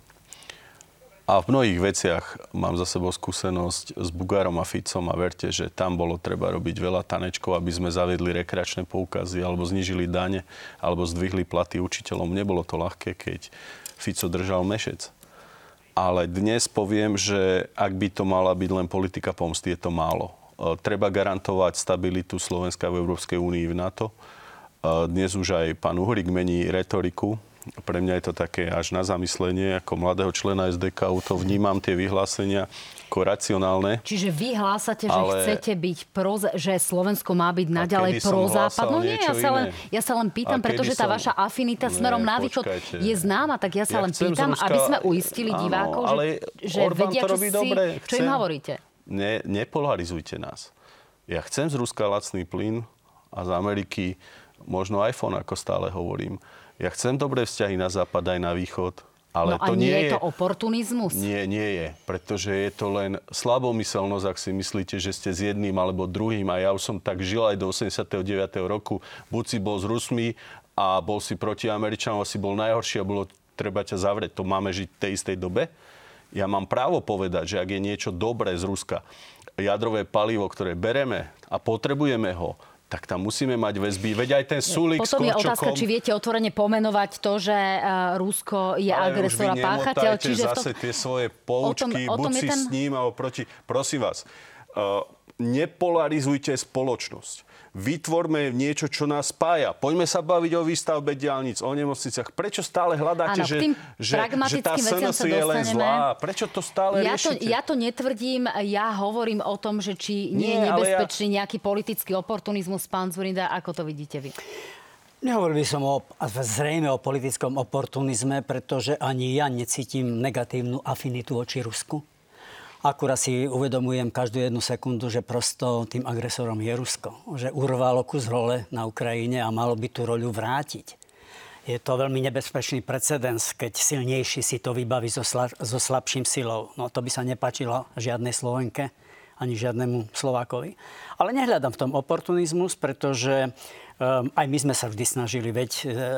A v mnohých veciach mám za sebou skúsenosť s Bugárom a Ficom a verte, že tam bolo treba robiť veľa tanečkov, aby sme zaviedli rekreačné poukazy, alebo znížili dane, alebo zdvihli platy učiteľom. Nebolo to ľahké, keď Fico držal mešec. Ale dnes poviem, že ak by to mala byť len politika pomsty, je to málo. Treba garantovať stabilitu Slovenska v Európskej únii v NATO. Dnes už aj pán Uhrík mení retoriku. Pre mňa je to také až na zamyslenie. Ako mladého člena es dé ká ú to vnímam tie vyhlásenia ako racionálne. Čiže vy hlásate, že ale... chcete byť pro, že Slovensko má byť naďalej prozápadnou? Nie, ja sa, len, ja sa len pýtam, pretože tá som... vaša afinita smerom Nie, na východ počkajte. je známa, tak ja sa ja len pýtam, Ruska... aby sme uistili áno, divákov, že, že vedia, čo, si, dobre. čo chcem... im hovoríte. Ne, nepolarizujte nás. Ja chcem z Ruska lacný plyn a z Ameriky možno iPhone, ako stále hovorím. Ja chcem dobré vzťahy na západ aj na východ, ale no a to nie nie je to oportunizmus? Nie, nie je, pretože je to len slabomyselnosť, ak si myslíte, že ste s jedným alebo druhým. A ja už som tak žil aj do osemdesiateho deviateho roku. Buď si bol s Rusmi a bol si proti Američanom, a si bol najhorší a bolo treba ťa zavrieť. To máme žiť v tej istej dobe? Ja mám právo povedať, že ak je niečo dobré z Ruska, jadrové palivo, ktoré bereme a potrebujeme ho, tak tam musíme mať väzby. Veď aj ten Sulík s Korčokom... Potom je otázka, či viete otvorene pomenovať to, že Rusko je ale agresor a páchateľ. Ale už vy nemotajte zase tie svoje poučky, buď si ten... s ním, alebo proti... Prosím vás, uh, nepolarizujte spoločnosť. Vytvorme niečo, čo nás spája. Poďme sa baviť o výstavbe diaľnic, o nemocniciach. Prečo stále hľadáte, Áno, že, že, že tá es en es je len zlá? Prečo to stále ja riešite? To, ja to netvrdím. Ja hovorím o tom, že či nie, nie je nebezpečný ja... nejaký politický oportunizmus, pán Dzurinda. Ako to vidíte vy? Nehovoril by som o, zrejme o politickom oportunizme, pretože ani ja necítim negatívnu afinitu voči Rusku. Akurát si uvedomujem každú jednu sekundu, že prosto tým agresorom je Rusko. Že urvalo kus role na Ukrajine a malo by tú roľu vrátiť. Je to veľmi nebezpečný precedens, keď silnejší si to vybaví so, sla, so slabším silou. No to by sa nepáčilo žiadnej Slovenke ani žiadnemu Slovákovi. Ale nehľadám v tom oportunizmus, pretože Um, aj my sme sa vždy snažili, veď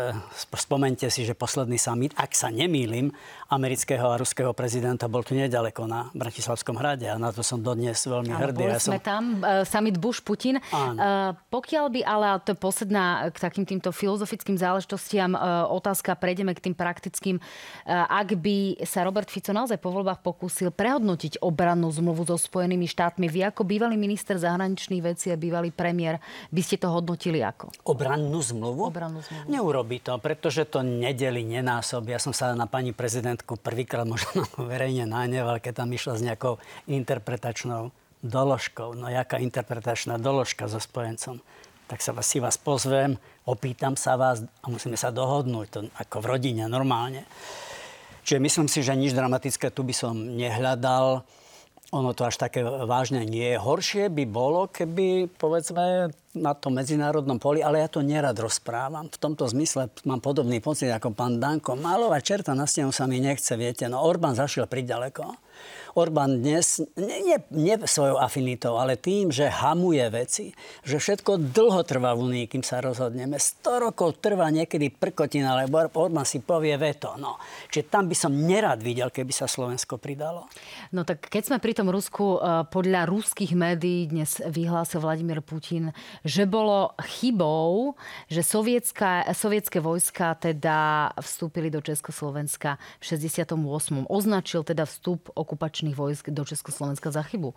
e, spomente si, že posledný summit, ak sa nemýlim, amerického a ruského prezidenta bol tu nedaleko na Bratislavskom hrade a na to som dodnes veľmi áno, hrdý. Boli ja sme som... tam, uh, summit Bush-Putin. Uh, pokiaľ by, ale to je posledná k takým týmto filozofickým záležitostiam uh, otázka, prejdeme k tým praktickým. Uh, ak by sa Robert Fico naozaj po voľbách pokúsil prehodnotiť obrannú zmluvu so Spojenými štátmi, vy ako bývalý minister zahraničných vecí a bývalý premiér, by ste to hodnotili ako? Obrannú zmluvu? Obrannú zmluvu. Neurobí to, pretože to nedeli, nenásobí. Ja som sa na pani prezidentku prvýkrát možno verejne nahneval, keď tam išla s nejakou interpretačnou doložkou. No jaká interpretačná doložka so spojencom? Tak sa vás, si vás pozvem, opýtam sa vás a musíme sa dohodnúť. To ako v rodine, normálne. Čiže myslím si, že nič dramatické tu by som nehľadal. Ono to až také vážne nie je. Horšie by bolo, keby, povedzme, na tom medzinárodnom poli, ale ja to nerad rozprávam. V tomto zmysle mám podobný pocit ako pán Danko. Málovať čerta na stenu sa mi nechce, viete. No Orbán zašiel priďaleko. Orbán dnes, nie, nie, nie svojou afinitou, ale tým, že hamuje veci, že všetko dlho trvá v Únii, kým sa rozhodneme. sto rokov trvá niekedy prkotina, lebo Orbán si povie veto. No. Čiže tam by som nerad videl, keby sa Slovensko pridalo. No tak keď sme pri tom Rusku, podľa ruských médií dnes vyhlásil Vladimír Putin, že bolo chybou, že sovietská, sovietské vojska teda vstúpili do Československa v šesťdesiatom ôsmom Označil teda vstup okupačných vojsk do Československa za chybu.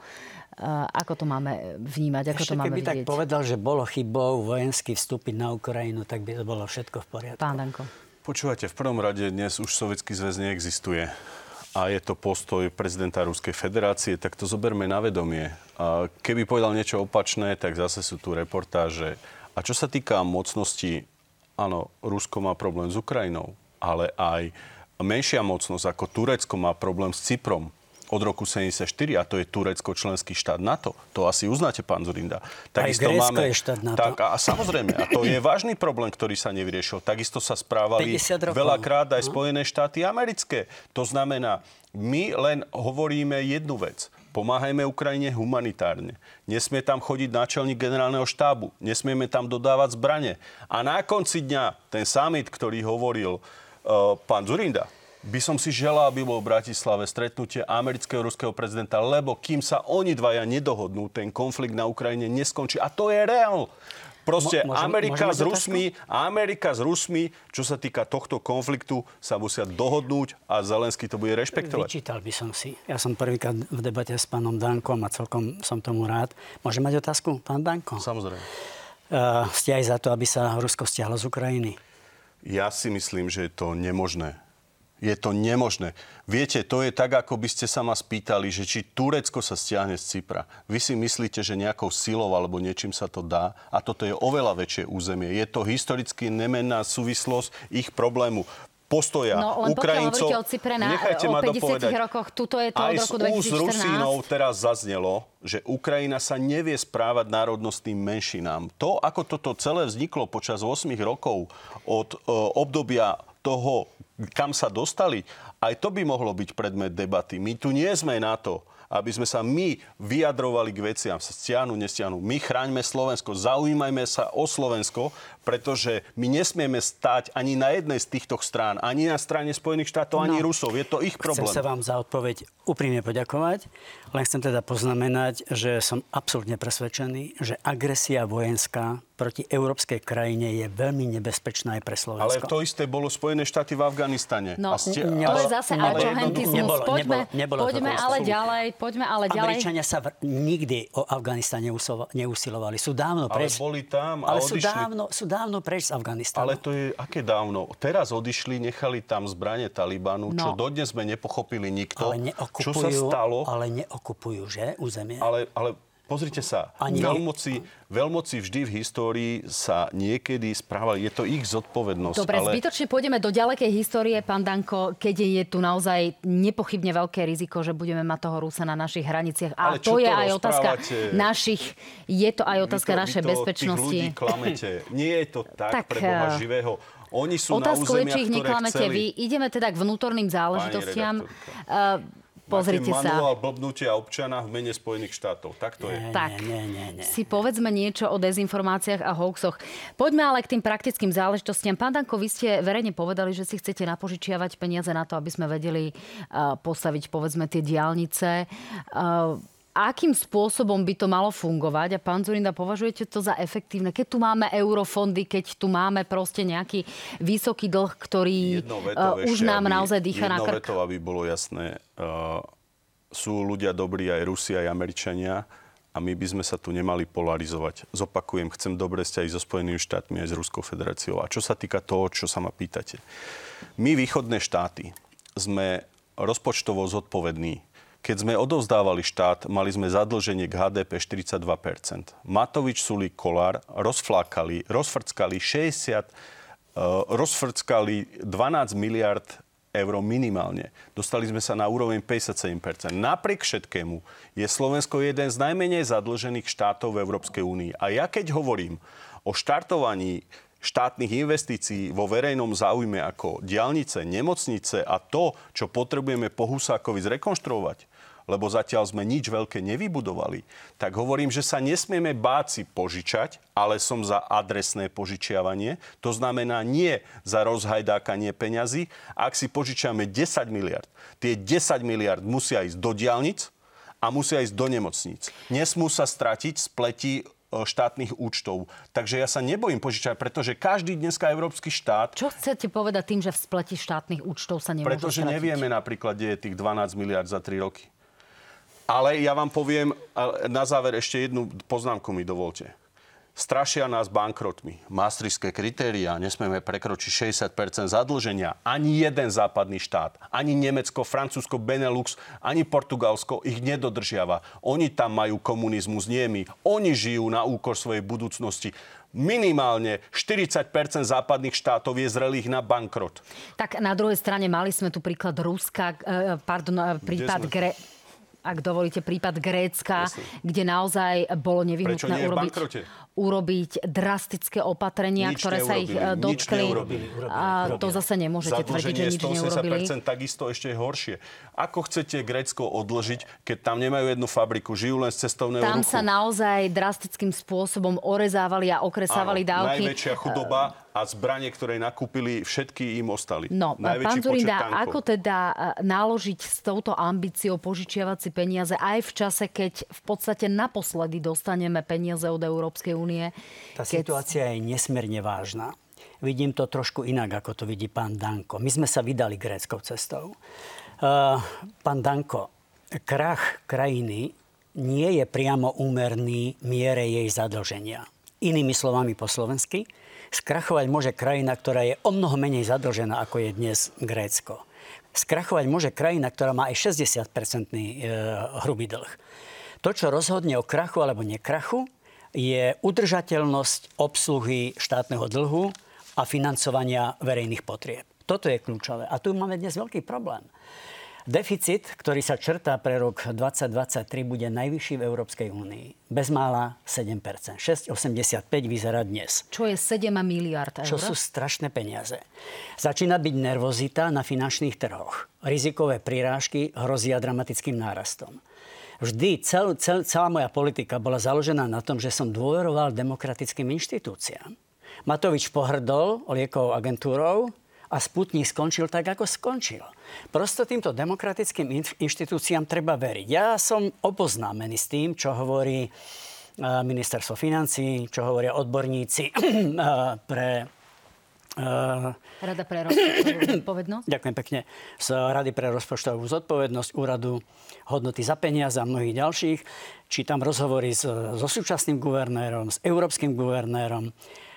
Ako to máme vnímať? Ako Ešte to máme keby vidieť? tak povedal, že bolo chybou vojensky vstúpiť na Ukrajinu, tak by to bolo všetko v poriadku. Pán Danko. Počúvate, v prvom rade dnes už Sovietsky zväz neexistuje. A je to postoj prezidenta Ruskej federácie, tak to zoberme na vedomie. A keby povedal niečo opačné, tak zase sú tu reportáže. A čo sa týka mocnosti, áno, Rusko má problém s Ukrajinou, ale aj menšia mocnosť ako Turecko má problém s Cyprom od roku sedemdesiatštyri, a to je Turecko členský štát NATO. To asi uznáte, pán Zurinda. Takisto aj Grécko máme, je štát NATO. Tak, a samozrejme, a to je vážny problém, ktorý sa nevyriešil. Takisto sa správali veľakrát aj Spojené štáty americké. To znamená, my len hovoríme jednu vec. Pomáhajme Ukrajine humanitárne. Nesmie tam chodiť náčelník generálneho štábu. Nesmieme tam dodávať zbrane. A na konci dňa ten summit, ktorý hovoril uh, pán Zurinda, by som si želal, aby bol v Bratislave stretnutie amerického ruského prezidenta, lebo kým sa oni dvaja nedohodnú, ten konflikt na Ukrajine neskončí. A to je reál. Proste Mo, môžem, Amerika s Rusmi, Amerika s Rusmi, čo sa týka tohto konfliktu, sa musia dohodnúť a Zelenský to bude rešpektovať. Vyčítal by som si. Ja som prvýkrát v debate s pánom Dankom a celkom som tomu rád. Môžem mať otázku, pán Danko? Samozrejme. Uh, ste aj za to, aby sa Rusko stiahlo z Ukrajiny? Ja si myslím, že je to nemožné. Je to nemožné. Viete, to je tak, ako by ste sa ma spýtali, že či Turecko sa stiahne z Cypra. Vy si myslíte, že nejakou silou alebo niečím sa to dá, a toto je oveľa väčšie územie. Je to historicky nemenná súvislosť ich problému. Postoja no, len Ukrajincov. Pokiaľ o Cypre na, Nechajte o ma päťdesiatich dopovedať. rokoch, tuto je to od roku dvetisícštrnásť. Aj z úst Rusínov teraz zaznelo, že Ukrajina sa nevie správať národnostným menšinám. To, ako toto celé vzniklo počas osem rokov od e, obdobia toho, kam sa dostali, aj to by mohlo byť predmet debaty. My tu nie sme na to, aby sme sa my vyjadrovali k veciam, sa stiahnu, nestiahnu. My chráňme Slovensko, zaujímajme sa o Slovensko, pretože my nesmieme stáť ani na jednej z týchto strán, ani na strane Spojených štátov, ani no, Rusov. Je to ich problém. Chcem sa vám za odpoveď úprimne poďakovať, len chcem teda poznamenať, že som absolútne presvedčený, že agresia vojenská proti európskej krajine je veľmi nebezpečná aj pre Slovensko. Ale to isté bolo Spojené štáty v Afganistane. No, ste, to ale, je zase argohentizmus. Poďme, nebolo, nebolo poďme ale ďalej. Poďme ale ďalej. Američania sa v, nikdy o Afganistane neusilovali. Sú dávno preč. Ale boli tam a ale odišli. sú dávno, sú dávno preč z Afganistanu. Ale to je aké dávno? Teraz odišli, nechali tam zbrane Talibanu, čo no, dodnes sme nepochopili nikto. Ale neokupujú, čo sa stalo. Ale neokupujú, že, územie? Ale, ale Pozrite sa, Ani- veľmoci, veľmoci vždy v histórii sa niekedy správali. Je to ich zodpovednosť. Dobre, ale... zbytočne pôjdeme do ďalekej histórie, pán Danko, keď je tu naozaj nepochybne veľké riziko, že budeme mať toho Rusa na našich hraniciach. A Ale čo to je to aj otázka rozprávate? našich, je to aj otázka vy to, našej vy to bezpečnosti. Tých ľudí klamete. Nie je to tak, Tak, pre Boha eh, živého. Oni sú Otázkou na je, územiach, či ich ktoré neklamete chceli. vy. Ideme teda k vnútorným záležitostiam. redaktorka. Uh, Pozrite Máte sa. manuál blbnutia občana v mene Spojených štátov. Tak to je. Nie, Tak, nie, nie, nie. si povedzme niečo o dezinformáciách a hoaxoch. Poďme ale k tým praktickým záležitostiam. Pán Danko, vy ste verejne povedali, že si chcete napožičiavať peniaze na to, aby sme vedeli uh, postaviť, povedzme, tie diaľnice. Uh, Akým spôsobom by to malo fungovať? A pán Dzurinda, považujete to za efektívne? Keď tu máme eurofondy, keď tu máme proste nejaký vysoký dlh, ktorý uh, už nám aby, naozaj dýcha na krk. Jednou vetou, aby bolo jasné, uh, sú ľudia dobrí aj Rusi, aj Američania a my by sme sa tu nemali polarizovať. Zopakujem, chcem dobré vzťahy so Spojenými štátmi aj s Ruskou federáciou. A čo sa týka toho, čo sa ma pýtate. My, východné štáty, sme rozpočtovo zodpovední. Keď sme odovzdávali štát, mali sme zadlženie k há dé pé štyridsaťdva percent. Matovič, Sulík, Kollár rozflákali, rozfrckali šesťdesiat, uh, rozfrckali dvanásť miliard eur minimálne. Dostali sme sa na úroveň päťdesiatsedem percent. Napriek všetkému je Slovensko jeden z najmenej zadlžených štátov v Európskej únii. A ja keď hovorím o štartovaní štátnych investícií vo verejnom záujme ako diaľnice, nemocnice a to, čo potrebujeme po Husákovi zrekonštruovať, lebo zatiaľ sme nič veľké nevybudovali, tak hovorím, že sa nesmieme báť si požičať, ale som za adresné požičiavanie. To znamená nie za rozhajdákanie peňazí. Ak si požičiame desať miliard, tie desať miliard musia ísť do diaľnic a musia ísť do nemocníc. Nesmú sa stratiť z pleti štátnych účtov. Takže ja sa nebojím požičať, pretože každý dneska európsky štát... Čo chcete povedať tým, že v spleti štátnych účtov sa nemôžu Pretože stratiť? nevieme napríklad, kde je tých dvanásť miliard za tri roky. Ale ja vám poviem, na záver ešte jednu poznámku mi dovolte. Strašia nás bankrotmi. Maastrichtské kritériá, nesmieme prekročiť šesťdesiat percent zadlženia. Ani jeden západný štát, ani Nemecko, Francúzsko, Benelux, ani Portugalsko ich nedodržiava. Oni tam majú komunizmus, nie my. Oni žijú na úkor svojej budúcnosti. Minimálne štyridsať percent západných štátov je zrelých na bankrot. Tak na druhej strane mali sme tu príklad Ruska, eh, pardon, prípad Gre... ak dovolíte, prípad Grécka, Jasne. kde naozaj bolo nevyhnutné Prečo nie je v urobiť, bankrote? urobiť drastické opatrenia, Nič ktoré sa ich neurobili, dotkli. nič neurobili. A to zase nemôžete tvrdiť, že nič neurobili. Zadlženie takisto ešte je horšie. Ako chcete Grécko odložiť, keď tam nemajú jednu fabriku, žijú len z cestovného Tam ruchu? sa naozaj drastickým spôsobom orezávali a okresávali Áno, dávky. najväčšia chudoba a zbranie, ktoré nakúpili, všetky im ostali. No, Najväčší pán počet Dzurinda, tankov. ako teda naložiť s touto ambíciou požičiavať si peniaze aj v čase, keď v podstate naposledy dostaneme peniaze od Európskej únie? Tá keď... situácia je nesmierne vážna. Vidím to trošku inak, ako to vidí pán Danko. My sme sa vydali gréckou cestou. Uh, pán Danko, krach krajiny nie je priamo úmerný miere jej zadlženia. Inými slovami po slovensky, skrachovať môže krajina, ktorá je o mnoho menej zadlžená, ako je dnes Grécko. Skrachovať môže krajina, ktorá má aj šesťdesiat percentný e, hrubý dlh. To, čo rozhodne o krachu alebo nekrachu, je udržateľnosť obsluhy štátneho dlhu a financovania verejných potrieb. Toto je kľúčové. A tu máme dnes veľký problém. Deficit, ktorý sa črtá pre rok dvadsať dvadsaťtri, bude najvyšší v Európskej únii. Bezmála sedem percent. šesť celá osemdesiatpäť vyzerá dnes. Čo je sedem miliárd eur? Čo sú strašné peniaze. Začína byť nervozita na finančných trhoch. Rizikové prirážky hrozia dramatickým nárastom. Vždy, cel, cel, celá moja politika bola založená na tom, že som dôveroval demokratickým inštitúciám. Matovič pohrdol liekovou agentúrou a Sputnik skončil tak, ako skončil. Prosto týmto demokratickým inštitúciám treba veriť. Ja som oboznámený s tým, čo hovorí ministerstvo financií, čo hovoria odborníci pre... Rada pre rozpočtovú zodpovednosť. Ďakujem pekne. Z Rady pre rozpočtovú zodpovednosť, Úradu hodnoty za peniaze a mnohých ďalších. Čítam rozhovory so, so súčasným guvernérom, s európskym guvernérom.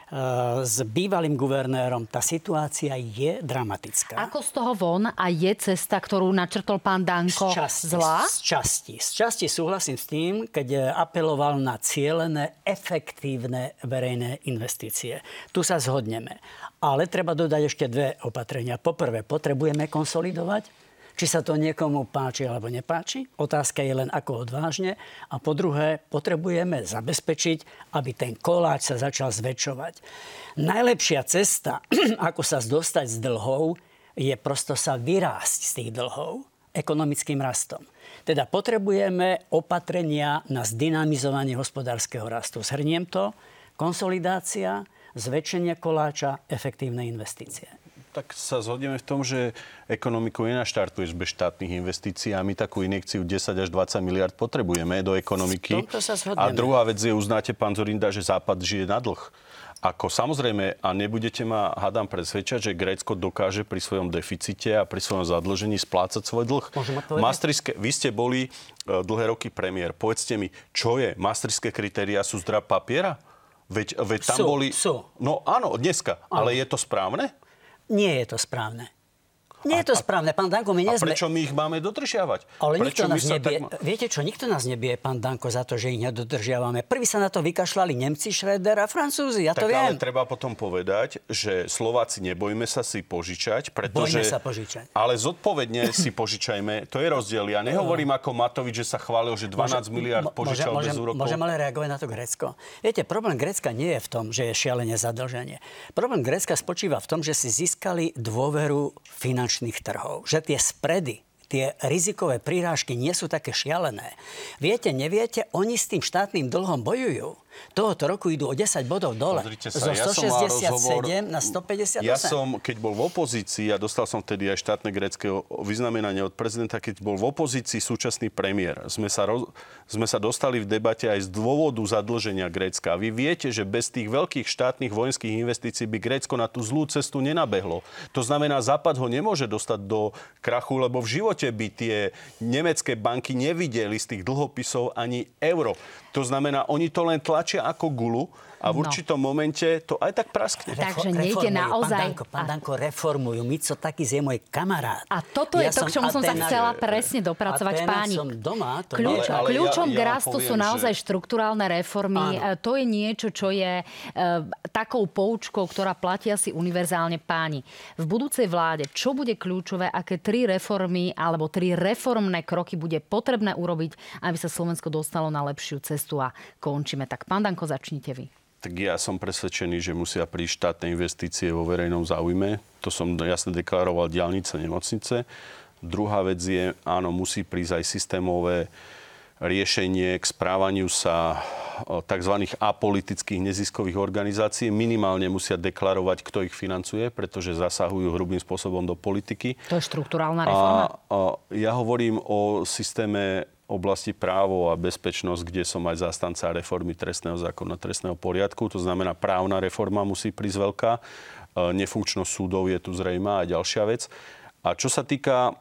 s bývalým guvernérom, tá situácia je dramatická. Ako z toho von a je cesta, ktorú načrtol pán Danko, z časti, zlá? Z časti. Z časti súhlasím s tým, keď apeloval na cielené, efektívne verejné investície. Tu sa zhodneme. Ale treba dodať ešte dve opatrenia. Poprvé, potrebujeme konsolidovať. Či sa to niekomu páči alebo nepáči. Otázka je len ako odvážne. A po druhé, potrebujeme zabezpečiť, aby ten koláč sa začal zväčšovať. Najlepšia cesta, ako sa dostať z dlhov, je prosto sa vyrásť z tých dlhov ekonomickým rastom. Teda potrebujeme opatrenia na zdynamizovanie hospodárskeho rastu. Zhrniem to. Konsolidácia, zväčšenie koláča, efektívne investície. Tak sa zhodneme v tom, že ekonomiku nenaštartuješ bez štátnych investícií a my takú injekciu desať až dvadsať miliard potrebujeme do ekonomiky. V tomto sa zhodneme. A druhá vec je, uznáte, pán Dzurinda, že Západ žije na dlh. Ako samozrejme, a nebudete ma, hádam, presvedčať, že Grécko dokáže pri svojom deficite a pri svojom zadlžení splácať svoj dlh. Maastrichtské, vy ste boli dlhé roky premiér. Povedzte mi, čo je? Maastrichtské kritériá sú zdrab papiera? Veď, veď tam sú, boli... Sú. No áno, dneska. Áno. Ale je to správne? Nie je to správne. Nie je to správne, pán Danko, my nie sme... A prečo my ich máme dodržiavať? Ale nikto nás Tak... nebije. Viete čo, nikto nás nebije, pán Danko, za to, že ich nedodržiavame. Prvý sa na to vykašľali Nemci, Schröder a Francúzi, ja to tak viem. Ale treba potom povedať, že Slováci, nebojme sa si požičať, pretože... Bojme sa požičať. Ale zodpovedne si požičajme, to je rozdiel. Ja nehovorím ako Matovič, že sa chválil, že dvanásť miliárd požičal môžem, bez úrokov. Môžem ale reagovať na to Grécko. Viete, problém Grécka nie je v tom, že je šialene zadlženie. Problém Grécka spočíva v tom, že si získali dôveru finančných trhov. Že tie spredy, tie rizikové prirážky nie sú také šialené. Viete, neviete, oni s tým štátnym dlhom bojujú. Tohoto roku idú o desať bodov dole. Sa, zo ja stošesťdesiatsedem na stopäťdesiatosem. Ja som, keď bol v opozícii, a dostal som vtedy aj štátne grécke vyznamenanie od prezidenta, keď bol v opozícii súčasný premiér. Sme sa, roz, sme sa dostali v debate aj z dôvodu zadlženia Grécka. Vy viete, že bez tých veľkých štátnych vojenských investícií by Grécko na tú zlú cestu nenabehlo. To znamená, Západ ho nemôže dostať do krachu, lebo v živote by tie nemecké banky nevideli z tých dlhopisov ani euro. To znamená, oni to len tlačia ako gulu a v určitom no. momente to aj tak praskne. Takže nejde naozaj... Pán Danko, pán Danko, reformujú. Mitsotakis je môj kamarát. A toto je ja to, k čomu som sa chcela presne dopracovať, Aténa páni. som doma. To Kľúč, ale, ale kľúčom ja, ja k rastu poviem, sú naozaj že... štrukturálne reformy. Áno. To je niečo, čo je uh, takou poučkou, ktorá platí asi univerzálne, páni. V budúcej vláde, čo bude kľúčové, aké tri reformy alebo tri reformné kroky bude potrebné urobiť, aby sa Slovensko dostalo na lepšiu cestu a končíme. Tak pán Danko, začnite vy. Tak ja som presvedčený, že musia prísť štátne investície vo verejnom záujme. To som jasne deklaroval, diaľnice, nemocnice. Druhá vec je, áno, musí prísť aj systémové riešenie k správaniu sa tzv. Apolitických neziskových organizácií. Minimálne musia deklarovať, kto ich financuje, pretože zasahujú hrubým spôsobom do politiky. To je štrukturálna reforma? A, a ja hovorím o systéme oblasti právo a bezpečnosť, kde som aj zástanca reformy trestného zákona, trestného poriadku. To znamená, právna reforma musí prísť veľká. Nefunkčnosť súdov je tu zrejmá a ďalšia vec. A čo sa týka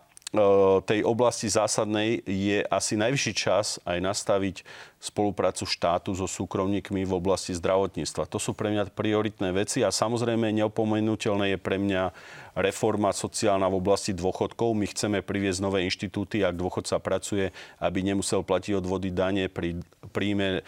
tej oblasti zásadnej, je asi najvyšší čas aj nastaviť spoluprácu štátu so súkromníkmi v oblasti zdravotníctva. To sú pre mňa prioritné veci a samozrejme neopomenuteľné je pre mňa reforma sociálna v oblasti dôchodkov. My chceme priviesť nové inštitúty, ak dôchodca pracuje, aby nemusel platiť odvody dane pri príjme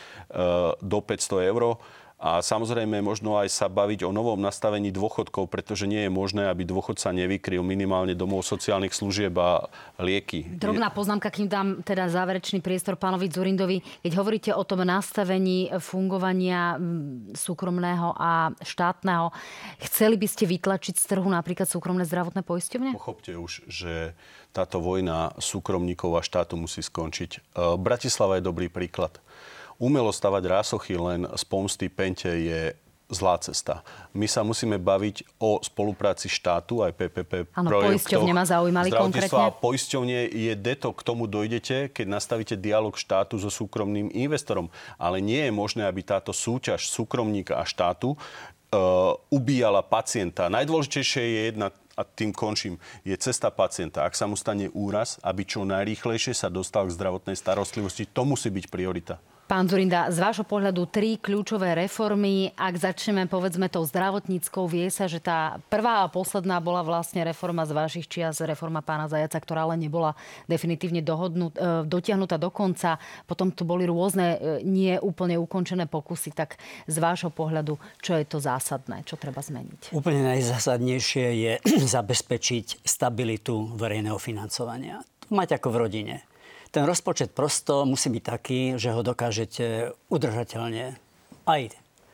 do päťsto eur. A samozrejme možno aj sa baviť o novom nastavení dôchodkov, pretože nie je možné, aby dôchodca nevykryl minimálne domov sociálnych služieb a lieky. Drobná poznámka, kým dám teda záverečný priestor pánovi Dzurindovi. Keď hovoríte o tom nastavení fungovania súkromného a štátneho, chceli by ste vytlačiť z trhu napríklad súkromné zdravotné poisťovne? Pochopte už, že táto vojna súkromníkov a štátu musí skončiť. Bratislava je dobrý príklad. Umelo stavať rásochy len z pomsty Pente je zlá cesta. My sa musíme baviť o spolupráci štátu, aj pé pé pé Áno, poisťovne ma zaujímali konkrétne. A poisťovne je deto, k tomu dojdete, keď nastavíte dialog štátu so súkromným investorom. Ale nie je možné, aby táto súťaž súkromníka a štátu uh, ubíjala pacienta. Najdôležitejšie je jedna a tým končím, je cesta pacienta. Ak sa mu stane úraz, aby čo najrýchlejšie sa dostal k zdravotnej starostlivosti, to musí byť priorita. Pán Dzurinda, z vášho pohľadu tri kľúčové reformy. Ak začneme, povedzme, tou zdravotníckou, vie sa, že tá prvá a posledná bola vlastne reforma z vašich čias, reforma pána Zajaca, ktorá ale nebola definitívne dohodnut, dotiahnutá do konca. Potom tu boli rôzne nie úplne ukončené pokusy. Tak z vášho pohľadu, čo je to zásadné? Čo treba zmeniť? Úplne najzásadnejšie je zabezpečiť stabilitu verejného financovania. Mať ako v rodine. Ten rozpočet prosto musí byť taký, že ho dokážete udržateľne aj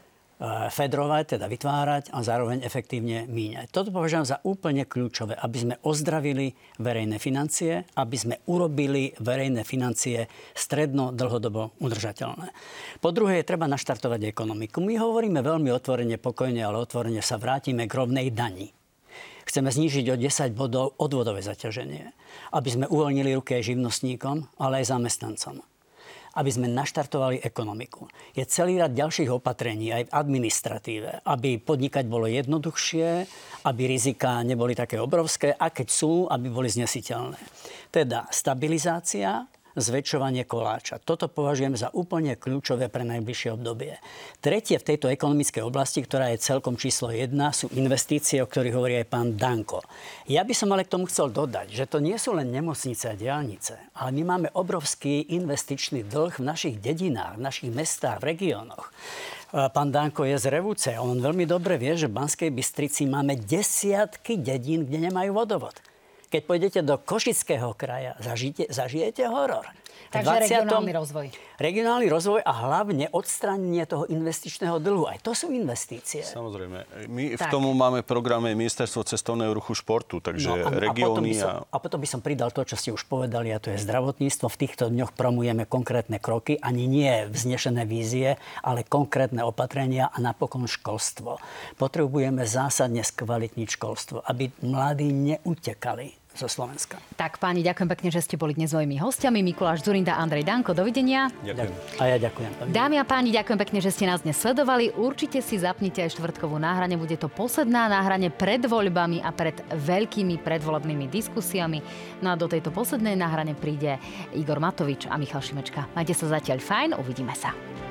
fedrovať, teda vytvárať a zároveň efektívne míňať. Toto považujem za úplne kľúčové, aby sme ozdravili verejné financie, aby sme urobili verejné financie stredno, dlhodobo udržateľné. Po druhé, je treba naštartovať ekonomiku. My hovoríme veľmi otvorene, pokojne, ale otvorene sa vrátime k rovnej dani. Chceme znížiť o desať bodov odvodové zaťaženie, aby sme uvoľnili ruky aj živnostníkom, ale aj zamestnancom. Aby sme naštartovali ekonomiku. Je celý rad ďalších opatrení aj v administratíve, aby podnikať bolo jednoduchšie, aby riziká neboli také obrovské a keď sú, aby boli znesiteľné. Teda stabilizácia, zväčšovanie koláča. Toto považujem za úplne kľúčové pre najbližšie obdobie. Tretie v tejto ekonomickej oblasti, ktorá je celkom číslo jedna, sú investície, o ktorých hovorí aj pán Danko. Ja by som ale k tomu chcel dodať, že to nie sú len nemocnice a diaľnice, ale my máme obrovský investičný dlh v našich dedinách, v našich mestách, v regiónoch. Pán Danko je z Revúce. On veľmi dobre vie, že v Banskej Bystrici máme desiatky dedín, kde nemajú vodovod. Keď pôjdete do Košického kraja, zažijete, zažijete horor. Takže dvadsiatom regionálny rozvoj. Regionálny rozvoj a hlavne odstránenie toho investičného dlhu. Aj to sú investície. Samozrejme. My tak. v tomu máme v programe Ministerstvo cestovného ruchu športu, takže no, a, regióny... A, a... a potom by som pridal to, čo ste už povedali, a to je zdravotníctvo. V týchto dňoch promujeme konkrétne kroky, ani nie vznešené vízie, ale konkrétne opatrenia a napokon školstvo. Potrebujeme zásadne skvalitniť školstvo, aby mladí neutekali zo Slovenska. Tak, páni, ďakujem pekne, že ste boli dnes mojimi hostiami. Mikuláš Dzurinda, Andrej Danko, dovidenia. Ďakujem. A ja ďakujem. Dámy a páni, ďakujem pekne, že ste nás dnes sledovali. Určite si zapnite aj štvrtkovú náhrane. Bude to posledná náhrane pred voľbami a pred veľkými predvolebnými diskusiami. No a do tejto poslednej náhrane príde Igor Matovič a Michal Šimečka. Majte sa zatiaľ fajn, uvidíme sa.